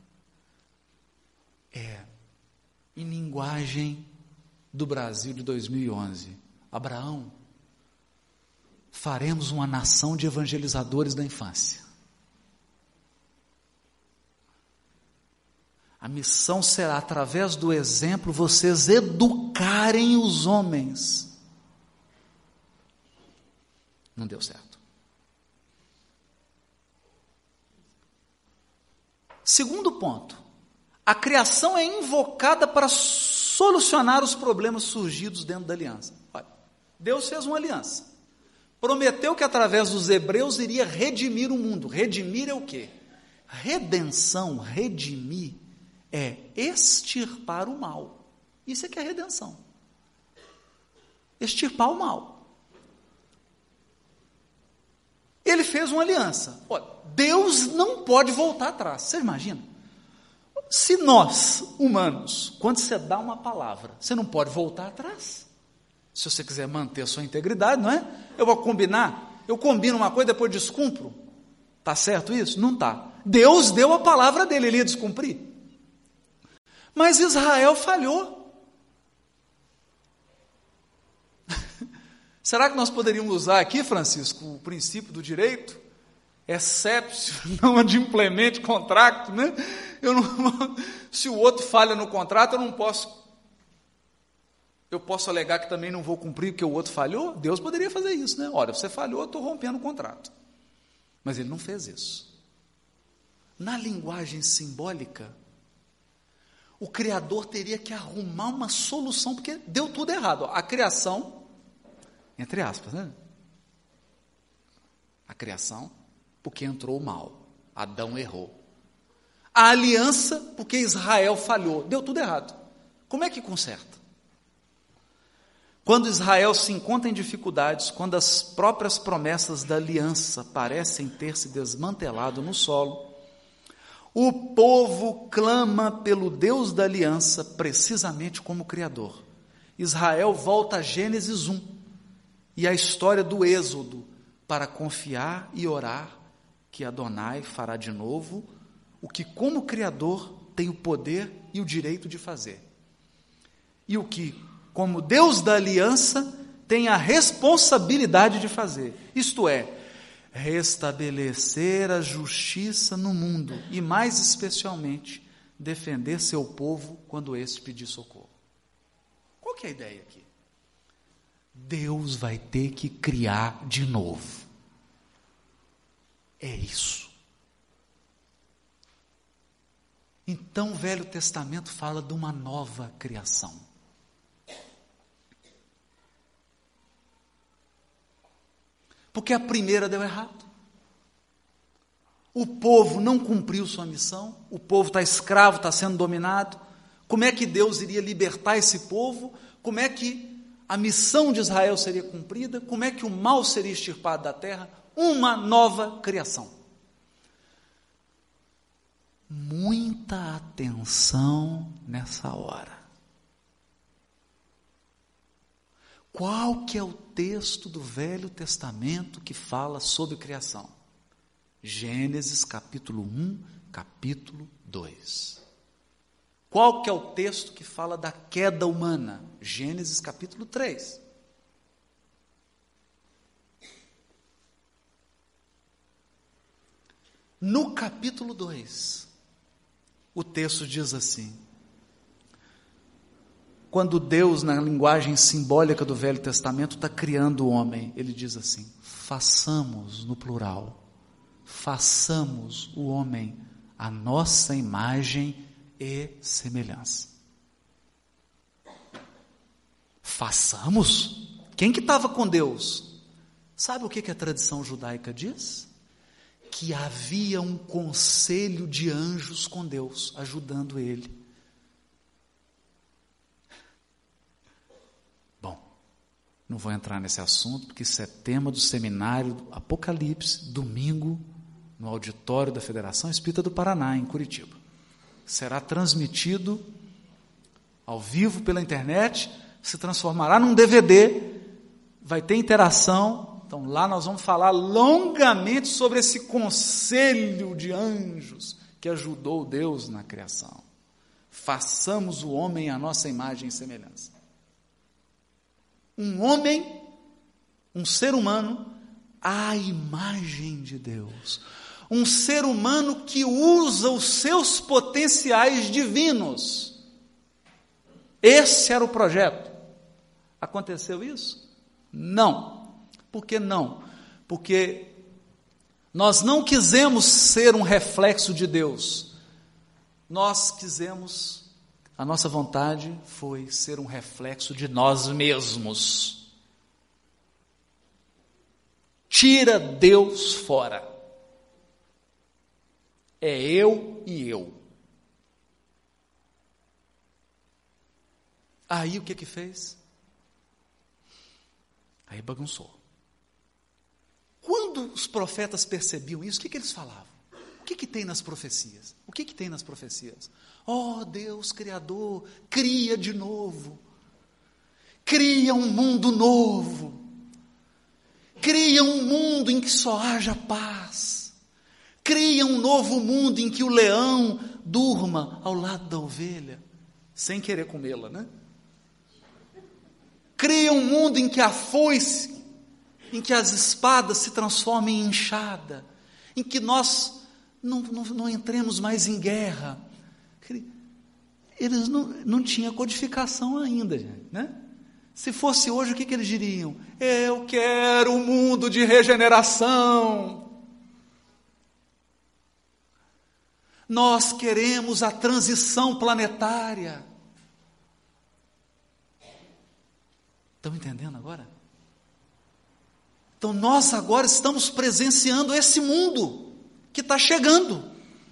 em linguagem do Brasil de 2011, Abraão, faremos uma nação de evangelizadores da infância. A missão será, através do exemplo, vocês educarem os homens. Não deu certo. Segundo ponto, a criação é invocada para solucionar os problemas surgidos dentro da aliança. Olha, Deus fez uma aliança. Prometeu que através dos hebreus iria redimir o mundo. Redimir é o quê? Redenção, redimir, é extirpar o mal. Isso é que é redenção. Extirpar o mal. Ele fez uma aliança. Olha, Deus não pode voltar atrás. Você imagina? Se nós, humanos, quando você dá uma palavra, você não pode voltar atrás. Se você quiser manter a sua integridade, não é? Eu vou combinar. Eu combino uma coisa, depois descumpro. Está certo isso? Não está. Deus deu a palavra dele, ele ia descumprir. Mas Israel falhou. Será que nós poderíamos usar aqui, Francisco, o princípio do direito? Exceptio non adimplemente contracto, né? Se o outro falha no contrato, eu posso alegar que também não vou cumprir porque o outro falhou? Deus poderia fazer isso, né? Olha, você falhou, eu estou rompendo o contrato. Mas ele não fez isso. Na linguagem simbólica, o Criador teria que arrumar uma solução, porque deu tudo errado. A criação, entre aspas, né? A criação, porque entrou o mal. Adão errou. A aliança, porque Israel falhou. Deu tudo errado. Como é que conserta? Quando Israel se encontra em dificuldades, quando as próprias promessas da aliança parecem ter se desmantelado no solo, o povo clama pelo Deus da aliança, precisamente como Criador. Israel volta a Gênesis 1 e a história do Êxodo, para confiar e orar que Adonai fará de novo o que, como Criador, tem o poder e o direito de fazer. E o que, como Deus da aliança, tem a responsabilidade de fazer. Isto é, restabelecer a justiça no mundo e, mais especialmente, defender seu povo quando este pedir socorro. Qual que é a ideia aqui? Deus vai ter que criar de novo. É isso. Então o Velho Testamento fala de uma nova criação. Porque a primeira deu errado. O povo não cumpriu sua missão, o povo está escravo, está sendo dominado. Como é que Deus iria libertar esse povo? Como é que a missão de Israel seria cumprida? Como é que o mal seria extirpado da terra? Uma nova criação. Muita atenção nessa hora. Qual que é o texto do Velho Testamento que fala sobre criação? Gênesis capítulo 1, capítulo 2. Qual que é o texto que fala da queda humana? Gênesis capítulo 3. No capítulo 2, o texto diz assim: quando Deus, na linguagem simbólica do Velho Testamento, está criando o homem, ele diz assim: façamos, no plural, façamos o homem à nossa imagem e semelhança. Façamos? Quem que estava com Deus? Sabe o que a tradição judaica diz? Que havia um conselho de anjos com Deus, ajudando ele. Bom, não vou entrar nesse assunto, porque isso é tema do seminário do Apocalipse, domingo, no auditório da Federação Espírita do Paraná, em Curitiba. Será transmitido ao vivo pela internet, se transformará num DVD, vai ter interação. Então lá nós vamos falar longamente sobre esse conselho de anjos que ajudou Deus na criação. Façamos o homem à nossa imagem e semelhança. Um homem, um ser humano, à imagem de Deus. Um ser humano que usa os seus potenciais divinos. Esse era o projeto. Aconteceu isso? Não. Por que não? Porque nós não quisemos ser um reflexo de Deus. Nós quisemos, a nossa vontade foi ser um reflexo de nós mesmos. Tira Deus fora. É eu e eu. Aí o que fez? Aí bagunçou. Quando os profetas percebiam isso, o que eles falavam? O que tem nas profecias? O que tem nas profecias? Oh, Deus Criador, cria de novo. Cria um mundo novo. Cria um mundo em que só haja paz. Cria um novo mundo em que o leão durma ao lado da ovelha, sem querer comê-la, né? Cria um mundo em que a foice, em que as espadas se transformem em enxada, em que nós não entremos mais em guerra. Eles não tinham codificação ainda, gente, né? Se fosse hoje, o que eles diriam? Eu quero um mundo de regeneração. Nós queremos a transição planetária. Estão entendendo agora? Então nós agora estamos presenciando esse mundo que está chegando.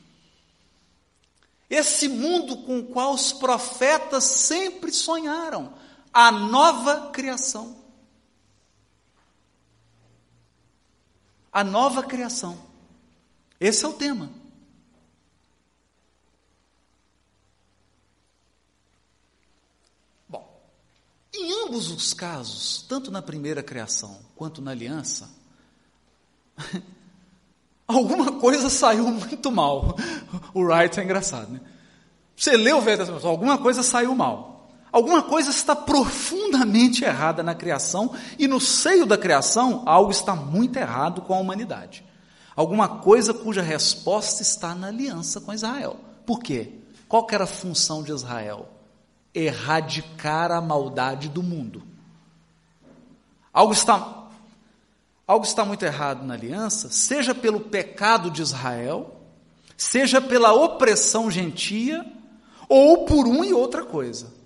Esse mundo com o qual os profetas sempre sonharam. A nova criação. A nova criação. Esse é o tema. Bom, em ambos os casos, tanto na primeira criação quanto na aliança, alguma coisa saiu muito mal. O Wright é engraçado, né? Você lê o Velho Testamento, alguma coisa saiu mal. Alguma coisa está profundamente errada na criação, e no seio da criação, algo está muito errado com a humanidade. Alguma coisa cuja resposta está na aliança com Israel. Por quê? Qual que era a função de Israel? Erradicar a maldade do mundo. Algo está muito errado na aliança, seja pelo pecado de Israel, seja pela opressão gentia, ou por uma e outra coisa.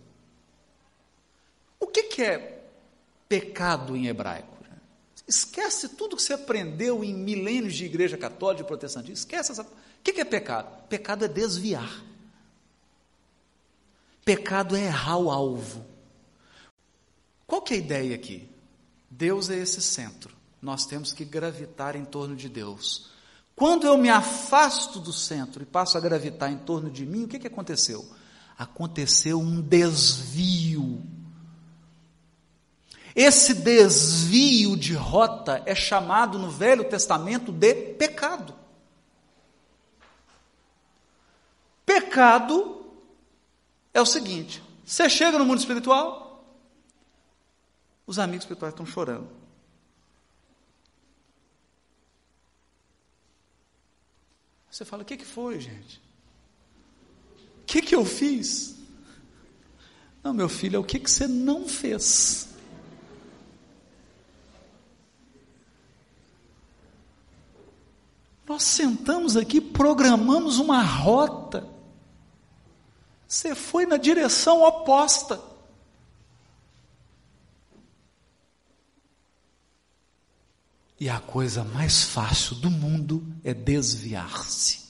O que é pecado em hebraico? Esquece tudo que você aprendeu em milênios de igreja católica e protestante. Esquece essa. O que é pecado? Pecado é desviar. Pecado é errar o alvo. Qual que é a ideia aqui? Deus é esse centro. Nós temos que gravitar em torno de Deus. Quando eu me afasto do centro e passo a gravitar em torno de mim, o que aconteceu? Aconteceu um desvio. Esse desvio de rota é chamado no Velho Testamento de pecado. Pecado é o seguinte: você chega no mundo espiritual, os amigos espirituais estão chorando. Você fala, o que foi, gente? O que eu fiz? Não, meu filho, é o que você não fez. Nós sentamos aqui, programamos uma rota. Você foi na direção oposta. E a coisa mais fácil do mundo é desviar-se.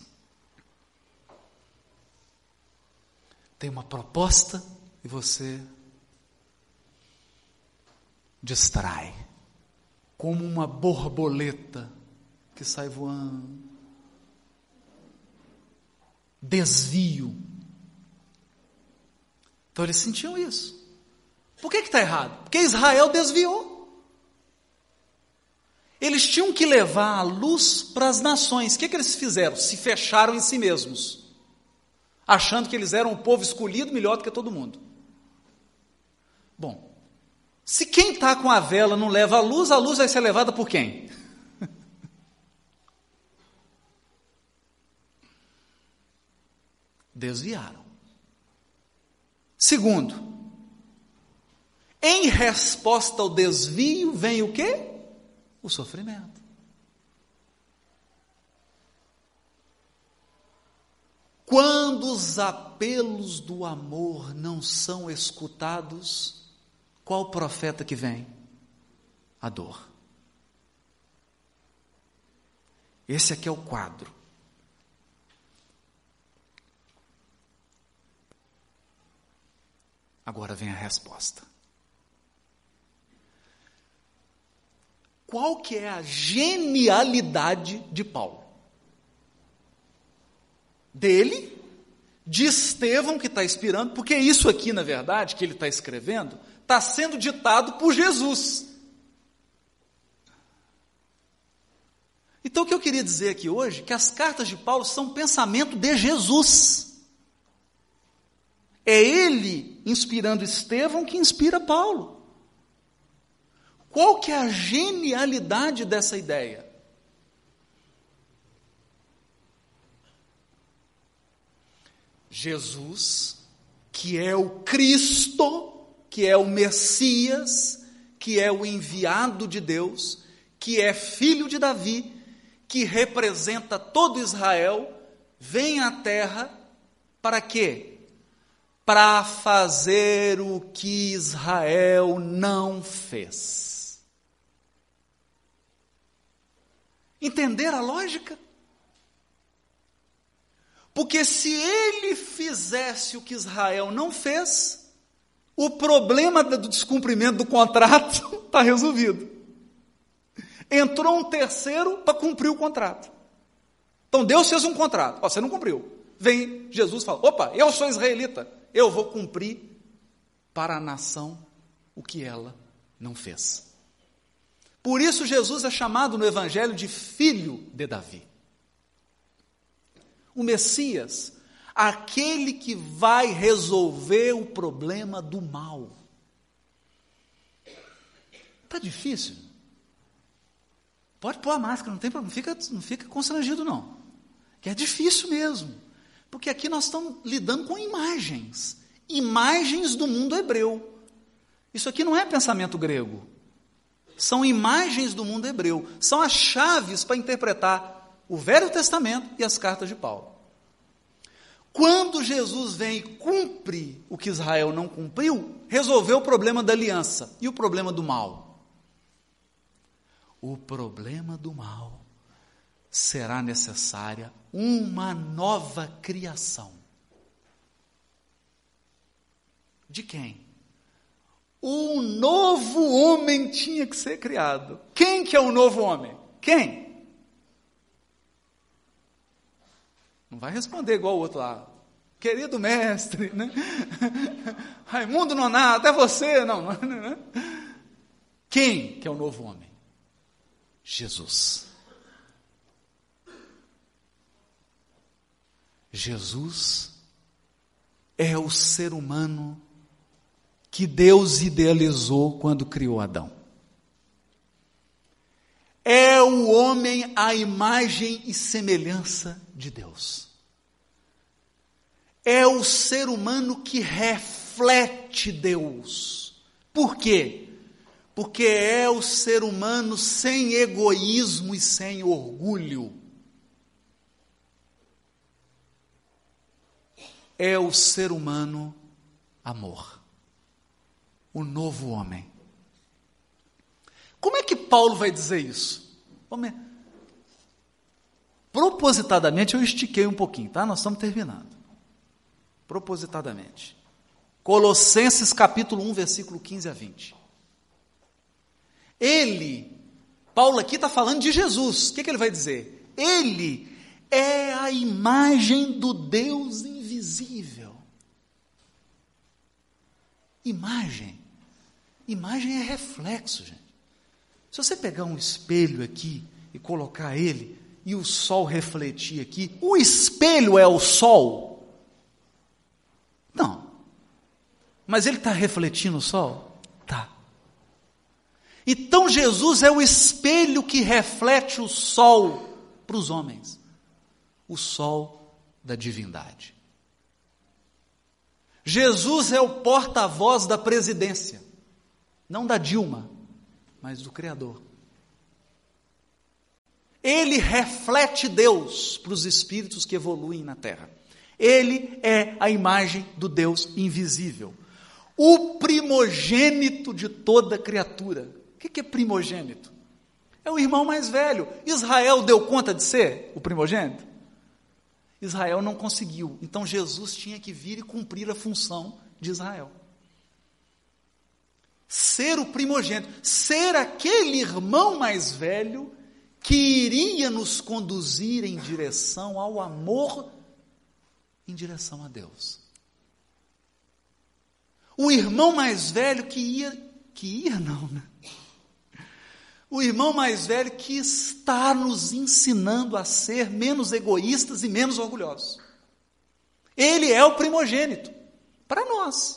Tem uma proposta e você distrai, como uma borboleta que sai voando. Desvio. Então eles sentiam isso. Por que está errado? Porque Israel desviou. Eles tinham que levar a luz para as nações. O que eles fizeram? Se fecharam em si mesmos, achando que eles eram o povo escolhido melhor do que todo mundo. Bom, se quem está com a vela não leva a luz vai ser levada por quem? Desviaram. Segundo, em resposta ao desvio vem o quê? O sofrimento. Quando os apelos do amor não são escutados, qual profeta que vem? A dor. Esse aqui é o quadro. Agora vem a resposta. Qual que é a genialidade de Paulo? Dele, de Estevão, que está inspirando, porque isso aqui, na verdade, que ele está escrevendo, está sendo ditado por Jesus. Então, o que eu queria dizer aqui hoje, que as cartas de Paulo são pensamento de Jesus. É ele, inspirando Estevão, que inspira Paulo. Qual que é a genialidade dessa ideia? Jesus, que é o Cristo, que é o Messias, que é o enviado de Deus, que é filho de Davi, que representa todo Israel, vem à terra para quê? Para fazer o que Israel não fez. Entender a lógica? Porque se ele fizesse o que Israel não fez, o problema do descumprimento do contrato está resolvido. Entrou um terceiro para cumprir o contrato. Então Deus fez um contrato, você não cumpriu. Vem Jesus e fala, opa, eu sou israelita, eu vou cumprir para a nação o que ela não fez. Por isso Jesus é chamado no Evangelho de filho de Davi. O Messias, aquele que vai resolver o problema do mal. Está difícil? Pode pôr a máscara, não tem problema, não fica constrangido não. Que é difícil mesmo. Porque aqui nós estamos lidando com imagens. Imagens do mundo hebreu. Isso aqui não é pensamento grego. São imagens do mundo hebreu. São as chaves para interpretar o Velho Testamento e as cartas de Paulo. Quando Jesus vem e cumpre o que Israel não cumpriu, resolveu o problema da aliança. E o problema do mal? O problema do mal será necessária uma nova criação. De quem? Um novo homem tinha que ser criado. Quem que é o novo homem? Quem? Não vai responder igual o outro lá. Querido mestre, né? Raimundo Nonato, é você? Não. Quem que é o novo homem? Jesus. Jesus é o ser humano que Deus idealizou quando criou Adão. É o homem à imagem e semelhança de Deus. É o ser humano que reflete Deus. Por quê? Porque é o ser humano sem egoísmo e sem orgulho. É o ser humano amor. O novo homem. Como é que Paulo vai dizer isso? Propositadamente eu estiquei um pouquinho, tá? Nós estamos terminando. Propositadamente. Colossenses capítulo 1, versículo 15 a 20. Paulo aqui está falando de Jesus. O que ele vai dizer? Ele é a imagem do Deus invisível. Imagem é reflexo, gente. Se você pegar um espelho aqui e colocar ele, e o sol refletir aqui, o espelho é o sol? Não. Mas ele está refletindo o sol? Tá. Então Jesus é o espelho que reflete o sol para os homens. O sol da divindade. Jesus é o porta-voz da presidência, não da Dilma, mas do Criador. Ele reflete Deus para os espíritos que evoluem na terra. Ele é a imagem do Deus invisível, o primogênito de toda criatura. O que é primogênito? É o irmão mais velho. Israel deu conta de ser o primogênito? Israel não conseguiu, então Jesus tinha que vir e cumprir a função de Israel. Ser o primogênito, ser aquele irmão mais velho que iria nos conduzir em direção ao amor, em direção a Deus. O irmão mais velho o irmão mais velho que está nos ensinando a ser menos egoístas e menos orgulhosos. Ele é o primogênito, para nós,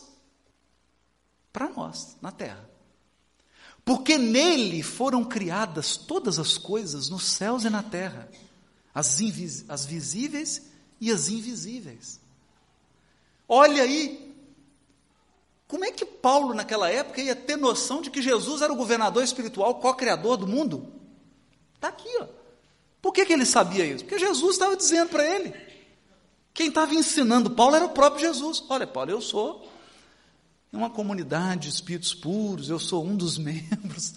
na terra. Porque nele foram criadas todas as coisas nos céus e na terra, as visíveis e as invisíveis. Olha aí, como é que Paulo naquela época ia ter noção de que Jesus era o governador espiritual, co-criador do mundo? Está aqui, ó. Por que ele sabia isso? Porque Jesus estava dizendo para ele. Quem estava ensinando Paulo era o próprio Jesus. Olha, Paulo, eu sou uma comunidade de espíritos puros, eu sou um dos membros.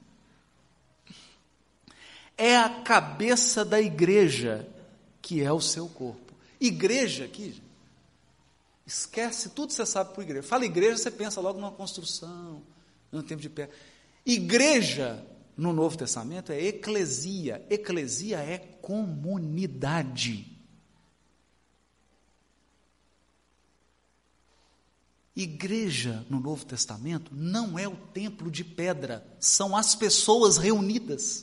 É a cabeça da igreja, que é o seu corpo. Igreja aqui, esquece tudo que você sabe por igreja. Fala igreja, você pensa logo numa construção, no tempo de pé. Igreja, no Novo Testamento, é eclesia. Eclesia é comunidade. Igreja, no Novo Testamento, não é o templo de pedra, são as pessoas reunidas.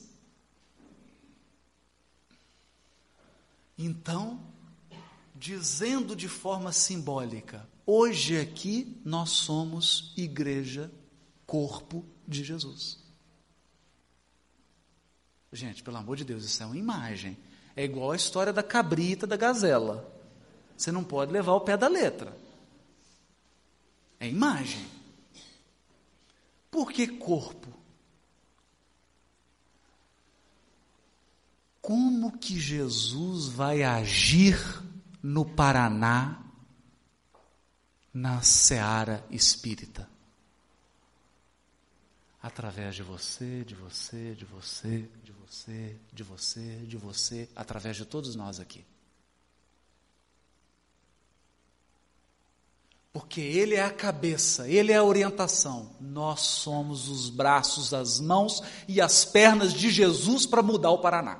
Então, dizendo de forma simbólica, hoje aqui nós somos igreja, corpo de Jesus. Gente, pelo amor de Deus, isso é uma imagem. É igual a história da cabrita, da gazela. Você não pode levar o pé da letra. É imagem. Por que corpo? Como que Jesus vai agir no Paraná, na seara espírita? Através de você, de você, de você, de você, de você, de você, através de todos nós aqui. Porque Ele é a cabeça, Ele é a orientação. Nós somos os braços, as mãos e as pernas de Jesus para mudar o Paraná.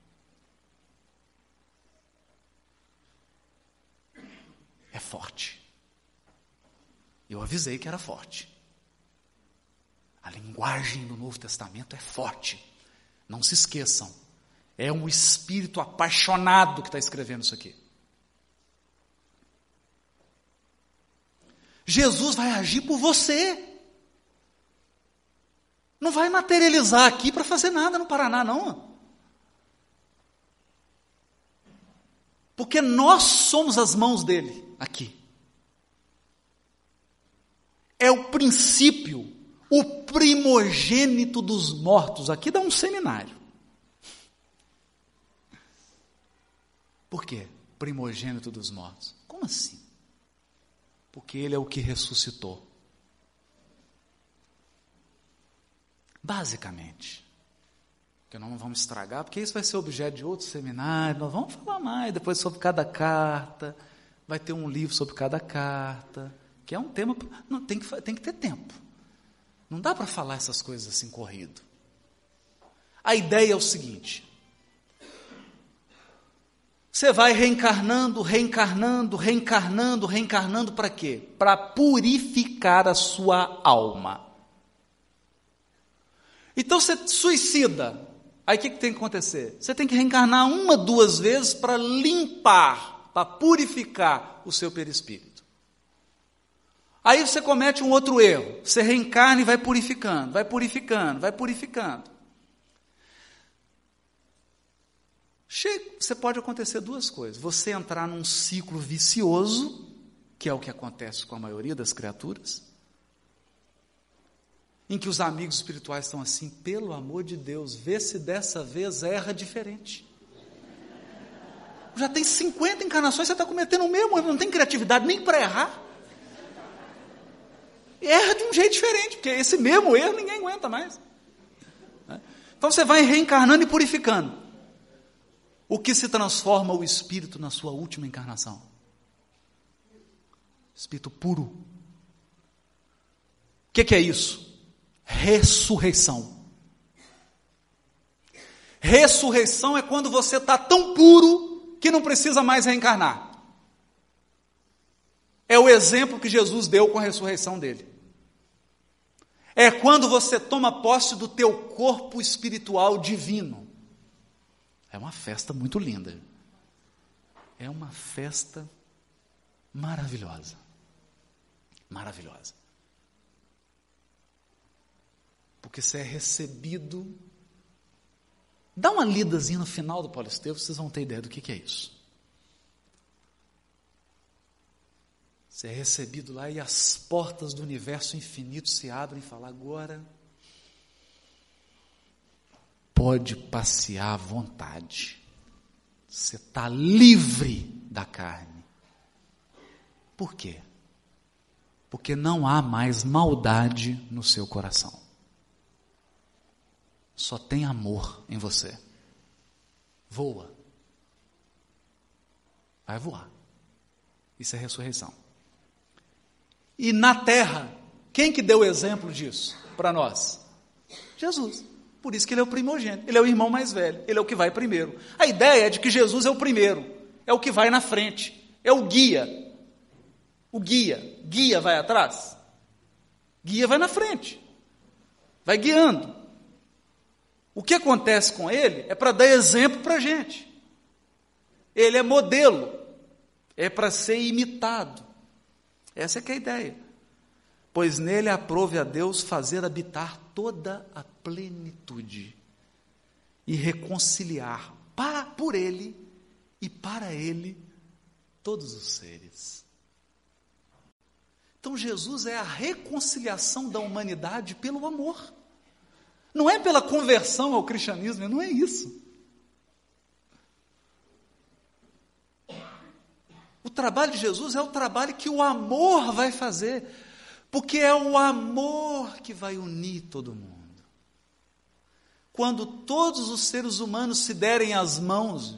É forte. Eu avisei que era forte. A linguagem do Novo Testamento é forte. Não se esqueçam. É um espírito apaixonado que está escrevendo isso aqui. Jesus vai agir por você. Não vai materializar aqui para fazer nada no Paraná, não. Porque nós somos as mãos dele aqui. É o princípio, o primogênito dos mortos. Aqui dá um seminário. Por quê? Primogênito dos mortos. Como assim? Porque ele é o que ressuscitou. Basicamente. Que não vamos estragar, porque isso vai ser objeto de outro seminário, nós vamos falar mais depois sobre cada carta, vai ter um livro sobre cada carta, que é um tema, não, tem que ter tempo. Não dá para falar essas coisas assim corrido. A ideia é o seguinte: você vai reencarnando para quê? Para purificar a sua alma. Então você suicida. Aí o que tem que acontecer? Você tem que reencarnar 1, 2 vezes para limpar, para purificar o seu perispírito. Aí você comete um outro erro. Você reencarna e vai purificando. Você pode acontecer 2 coisas. Você entrar num ciclo vicioso, que é o que acontece com a maioria das criaturas, em que os amigos espirituais estão assim, pelo amor de Deus, vê se dessa vez erra diferente. Já tem 50 encarnações, você está cometendo o mesmo erro, não tem criatividade nem para errar. Erra de um jeito diferente, porque esse mesmo erro ninguém aguenta mais. Então você vai reencarnando e purificando. O que se transforma o espírito na sua última encarnação? Espírito puro. O que é isso? Ressurreição. Ressurreição é quando você está tão puro que não precisa mais reencarnar. É o exemplo que Jesus deu com a ressurreição dele. É quando você toma posse do teu corpo espiritual divino. É uma festa muito linda. É uma festa maravilhosa. Maravilhosa. Porque você é recebido. Dá uma lidazinha no final do Paulo Estevam, vocês vão ter ideia do que é isso. Você é recebido lá e as portas do universo infinito se abrem e falam, agora pode passear à vontade. Você está livre da carne. Por quê? Porque não há mais maldade no seu coração. Só tem amor em você. Voa. Vai voar. Isso é ressurreição. E na terra, quem que deu o exemplo disso para nós? Jesus. Por isso que ele é o primogênito, ele é o irmão mais velho, ele é o que vai primeiro. A ideia é de que Jesus é o primeiro, é o que vai na frente, é o guia. O guia vai atrás, guia vai na frente, vai guiando. O que acontece com ele é para dar exemplo para a gente. Ele é modelo, é para ser imitado. Essa é que é a ideia. Pois nele aprove a Deus fazer habitar toda a plenitude e reconciliar por ele e para ele todos os seres. Então Jesus é a reconciliação da humanidade pelo amor. Não é pela conversão ao cristianismo, não é isso. O trabalho de Jesus é o trabalho que o amor vai fazer, porque é o amor que vai unir todo mundo. Quando todos os seres humanos se derem as mãos,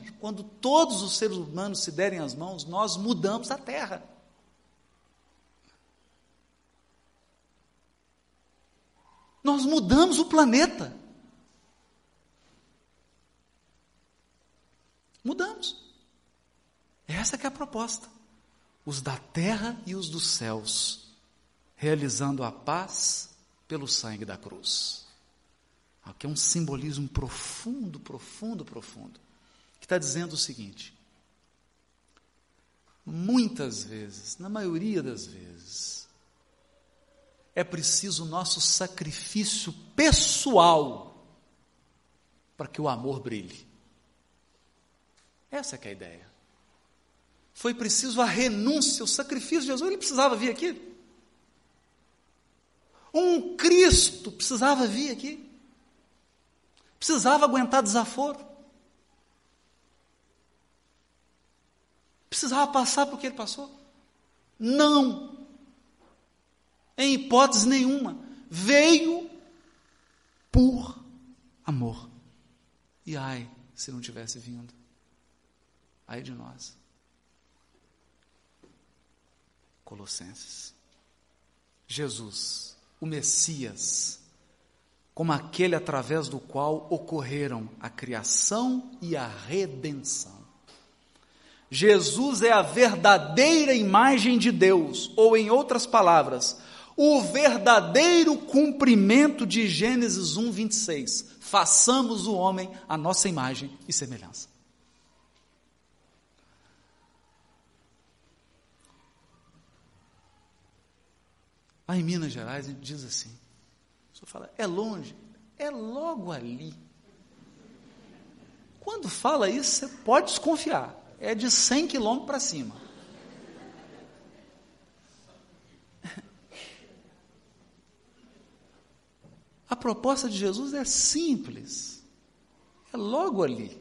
nós mudamos a terra. Nós mudamos o planeta. Mudamos. Essa que é a proposta. Os da terra e os dos céus, realizando a paz pelo sangue da cruz. Aqui é um simbolismo profundo, que está dizendo o seguinte: muitas vezes, na maioria das vezes, é preciso o nosso sacrifício pessoal para que o amor brilhe. Essa que é a ideia. Foi preciso a renúncia, o sacrifício de Jesus. Ele precisava vir aqui. Um Cristo precisava vir aqui. Precisava aguentar desaforo. Precisava passar por que ele passou? Não. Em hipótese nenhuma. Veio por amor. E ai, se não tivesse vindo. Ai de nós. Colossenses. Jesus, o Messias, como aquele através do qual ocorreram a criação e a redenção. Jesus é a verdadeira imagem de Deus, ou em outras palavras, o verdadeiro cumprimento de Gênesis 1:26. Façamos o homem à nossa imagem e semelhança. Lá em Minas Gerais, a gente diz assim, o senhor fala, é longe? É logo ali. Quando fala isso, você pode desconfiar, é de 100 quilômetros para cima. proposta de Jesus é simples, é logo ali.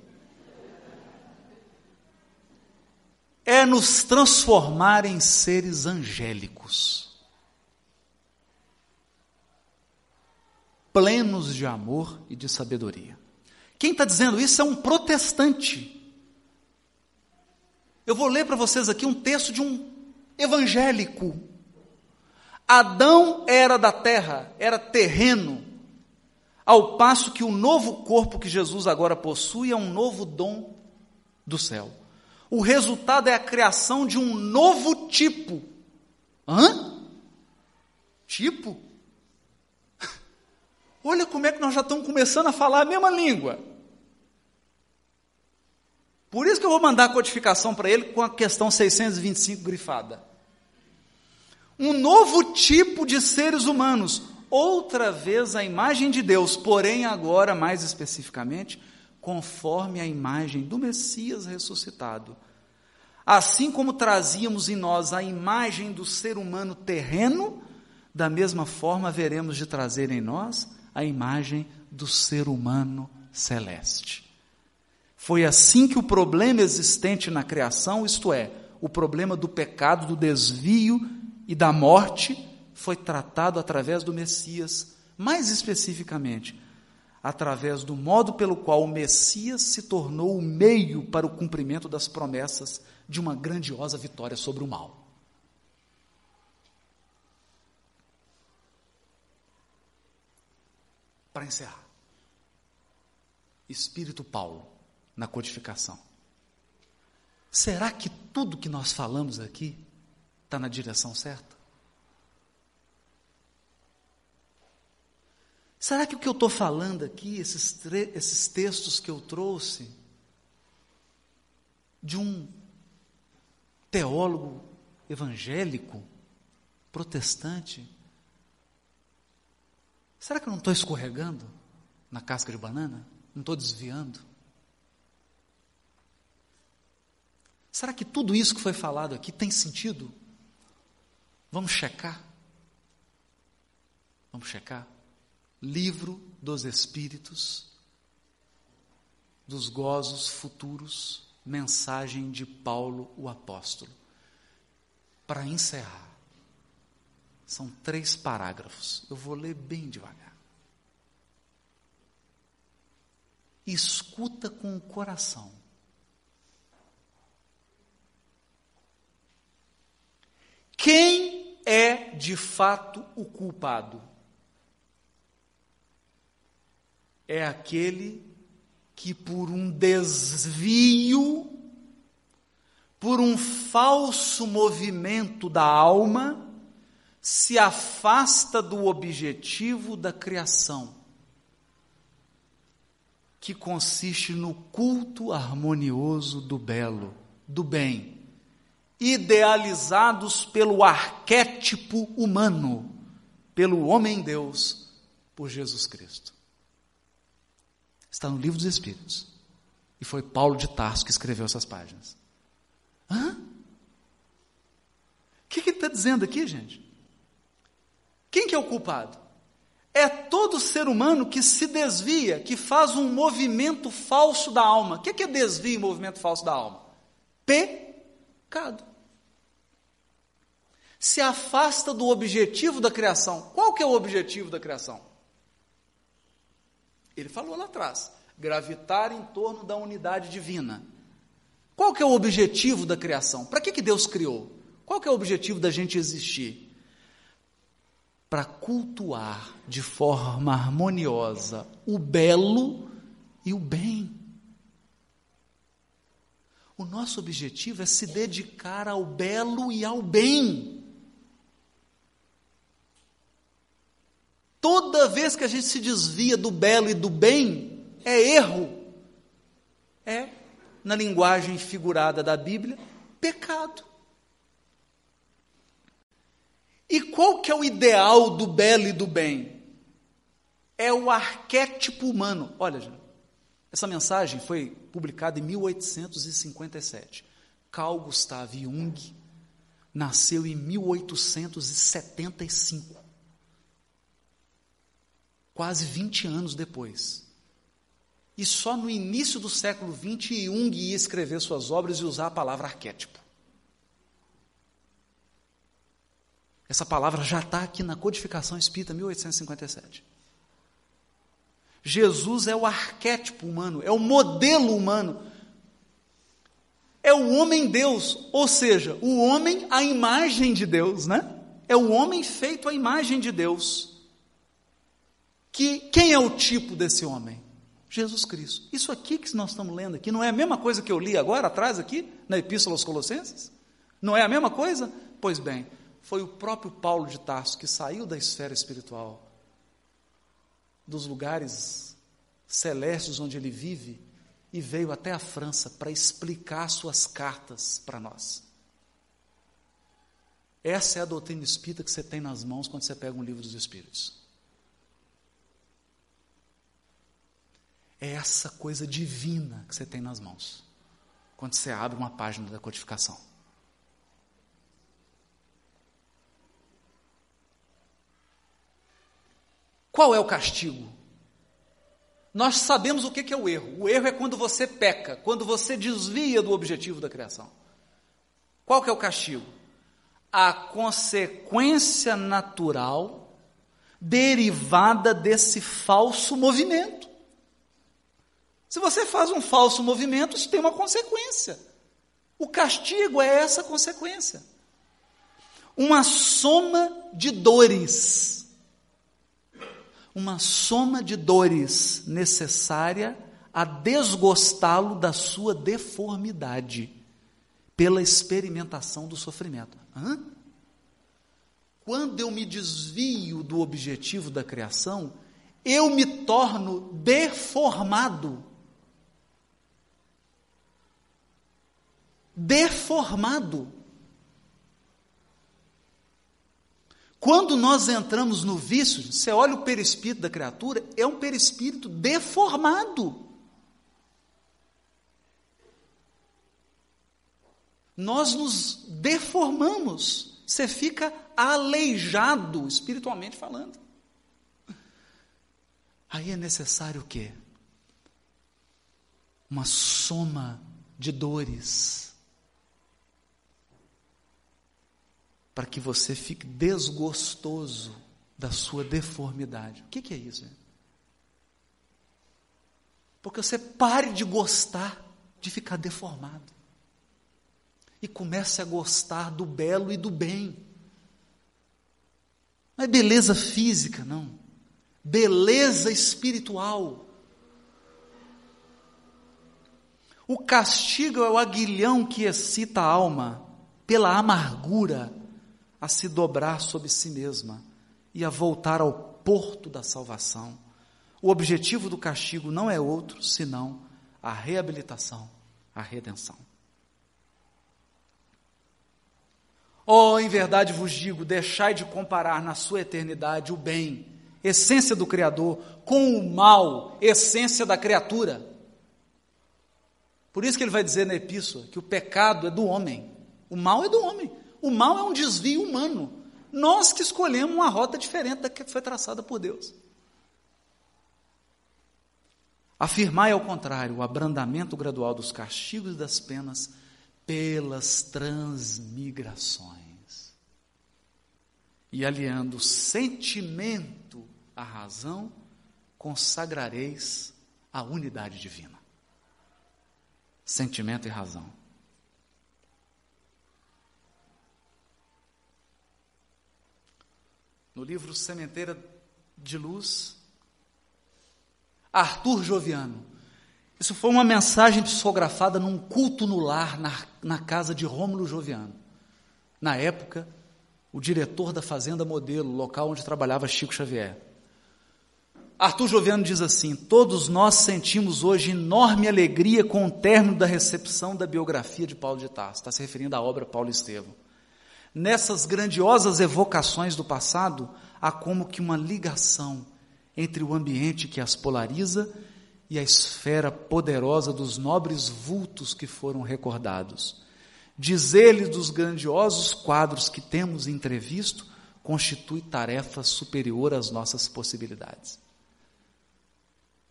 É nos transformar em seres angélicos, plenos de amor e de sabedoria. Quem está dizendo isso é um protestante. Eu vou ler para vocês aqui um texto de um evangélico. Adão era da terra, era terreno, ao passo que o novo corpo que Jesus agora possui é um novo dom do céu. O resultado é a criação de um novo tipo. Hã? Tipo? Olha como é que nós já estamos começando a falar a mesma língua. Por isso que eu vou mandar a codificação para ele com a questão 625 grifada. Um novo tipo de seres humanos, outra vez a imagem de Deus, porém agora mais especificamente, conforme a imagem do Messias ressuscitado. Assim como trazíamos em nós a imagem do ser humano terreno, da mesma forma veremos de trazer em nós a imagem do ser humano celeste. Foi assim que o problema existente na criação, isto é, o problema do pecado, do desvio e da morte, foi tratado através do Messias, mais especificamente, através do modo pelo qual o Messias se tornou o meio para o cumprimento das promessas de uma grandiosa vitória sobre o mal. Para encerrar, Espírito Paulo, na codificação. Será que tudo que nós falamos aqui está na direção certa? Será que o que eu estou falando aqui, esses textos que eu trouxe, de um teólogo evangélico, protestante, será que eu não estou escorregando na casca de banana? Não estou desviando? Será que tudo isso que foi falado aqui tem sentido? Vamos checar? Vamos checar? Livro dos Espíritos, dos gozos futuros, mensagem de Paulo o apóstolo. Para encerrar, são 3 parágrafos, eu vou ler bem devagar. Escuta com o coração. Quem é de fato o culpado? É aquele que por um desvio, por um falso movimento da alma, se afasta do objetivo da criação, que consiste no culto harmonioso do belo, do bem, idealizados pelo arquétipo humano, pelo homem-deus, por Jesus Cristo. Está no Livro dos Espíritos. E foi Paulo de Tarso que escreveu essas páginas. Hã? O que ele está dizendo aqui, gente? Quem que é o culpado? É todo ser humano que se desvia, que faz um movimento falso da alma. O que é desvio e movimento falso da alma? Pecado. Se afasta do objetivo da criação. Qual que é o objetivo da criação? Ele falou lá atrás, gravitar em torno da unidade divina. Qual que é o objetivo da criação? Para que Deus criou? Qual que é o objetivo da gente existir? Para cultuar de forma harmoniosa o belo e o bem. O nosso objetivo é se dedicar ao belo e ao bem. Toda vez que a gente se desvia do belo e do bem, é erro. É, na linguagem figurada da Bíblia, pecado. E qual que é o ideal do belo e do bem? É o arquétipo humano. Olha, gente, essa mensagem foi publicada em 1857. Carl Gustav Jung nasceu em 1875. quase 20 anos depois. E só no início do século XX Jung ia escrever suas obras e usar a palavra arquétipo. Essa palavra já está aqui na Codificação Espírita, 1857. Jesus é o arquétipo humano, é o modelo humano. É o homem-Deus, ou seja, o homem à imagem de Deus, né? É o homem feito à imagem de Deus. Quem é o tipo desse homem? Jesus Cristo. Isso aqui que nós estamos lendo aqui, não é a mesma coisa que eu li agora, atrás aqui, na Epístola aos Colossenses? Não é a mesma coisa? Pois bem, foi o próprio Paulo de Tarso que saiu da esfera espiritual, dos lugares celestes onde ele vive, e veio até a França para explicar suas cartas para nós. Essa é a doutrina espírita que você tem nas mãos quando você pega um livro dos Espíritos. É essa coisa divina que você tem nas mãos quando você abre uma página da codificação. Qual é o castigo? Nós sabemos o que é o erro. O erro é quando você peca, quando você desvia do objetivo da criação. Qual que é o castigo? A consequência natural derivada desse falso movimento. Se você faz um falso movimento, isso tem uma consequência. O castigo é essa consequência. Uma soma de dores. Uma soma de dores necessária a desgostá-lo da sua deformidade pela experimentação do sofrimento. Quando eu me desvio do objetivo da criação, eu me torno deformado. Deformado. Quando nós entramos no vício, você olha o perispírito da criatura, é um perispírito deformado. Nós nos deformamos, você fica aleijado, espiritualmente falando. Aí é necessário o quê? Uma soma de dores, para que você fique desgostoso da sua deformidade. O que é isso? Porque você pare de gostar de ficar deformado. E comece a gostar do belo e do bem. Não é beleza física, não. Beleza espiritual. O castigo é o aguilhão que excita a alma pela amargura a se dobrar sobre si mesma e a voltar ao porto da salvação. O objetivo do castigo não é outro, senão a reabilitação, a redenção. Em verdade vos digo, deixai de comparar na sua eternidade o bem, essência do Criador, com o mal, essência da criatura. Por isso que ele vai dizer na epístola que o pecado é do homem, o mal é do homem. O mal é um desvio humano. Nós que escolhemos uma rota diferente da que foi traçada por Deus. Afirmai, ao contrário, o abrandamento gradual dos castigos e das penas pelas transmigrações. E aliando o sentimento à razão, consagrareis a unidade divina. Sentimento e razão. No livro Sementeira de Luz, Arthur Joviano. Isso foi uma mensagem psicografada num culto no lar, na casa de Rômulo Joviano. Na época, o diretor da Fazenda Modelo, local onde trabalhava Chico Xavier. Arthur Joviano diz assim: todos nós sentimos hoje enorme alegria com o término da recepção da biografia de Paulo de Tarso. Está se referindo à obra Paulo Estevão. Nessas grandiosas evocações do passado, há como que uma ligação entre o ambiente que as polariza e a esfera poderosa dos nobres vultos que foram recordados. Dizer-lhe dos grandiosos quadros que temos entrevisto constitui tarefa superior às nossas possibilidades.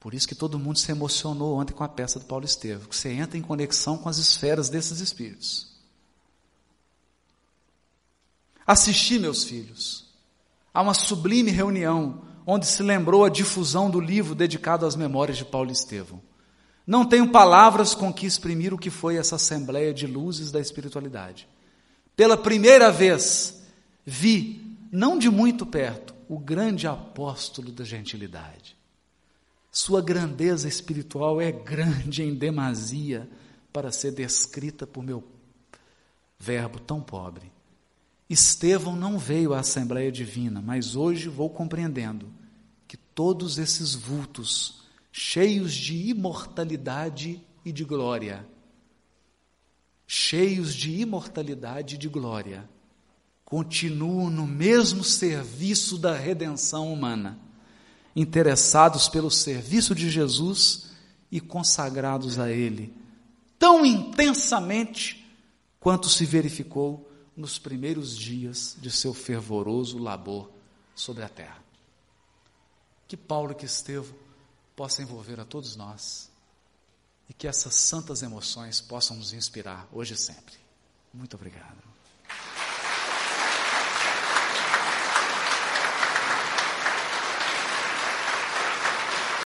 Por isso que todo mundo se emocionou ontem com a peça do Paulo Estevam, que você entra em conexão com as esferas desses espíritos. Assisti, meus filhos, a uma sublime reunião, onde se lembrou a difusão do livro dedicado às memórias de Paulo Estevam. Não tenho palavras com que exprimir o que foi essa assembleia de luzes da espiritualidade. Pela primeira vez, vi, não de muito perto, o grande apóstolo da gentilidade. Sua grandeza espiritual é grande em demasia para ser descrita por meu verbo tão pobre. Estevão não veio à Assembleia Divina, mas hoje vou compreendendo que todos esses vultos, cheios de imortalidade e de glória, continuam no mesmo serviço da redenção humana, interessados pelo serviço de Jesus e consagrados a Ele, tão intensamente quanto se verificou nos primeiros dias de seu fervoroso labor sobre a terra. Que Paulo e que Estevão possam envolver a todos nós e que essas santas emoções possam nos inspirar hoje e sempre. Muito obrigado.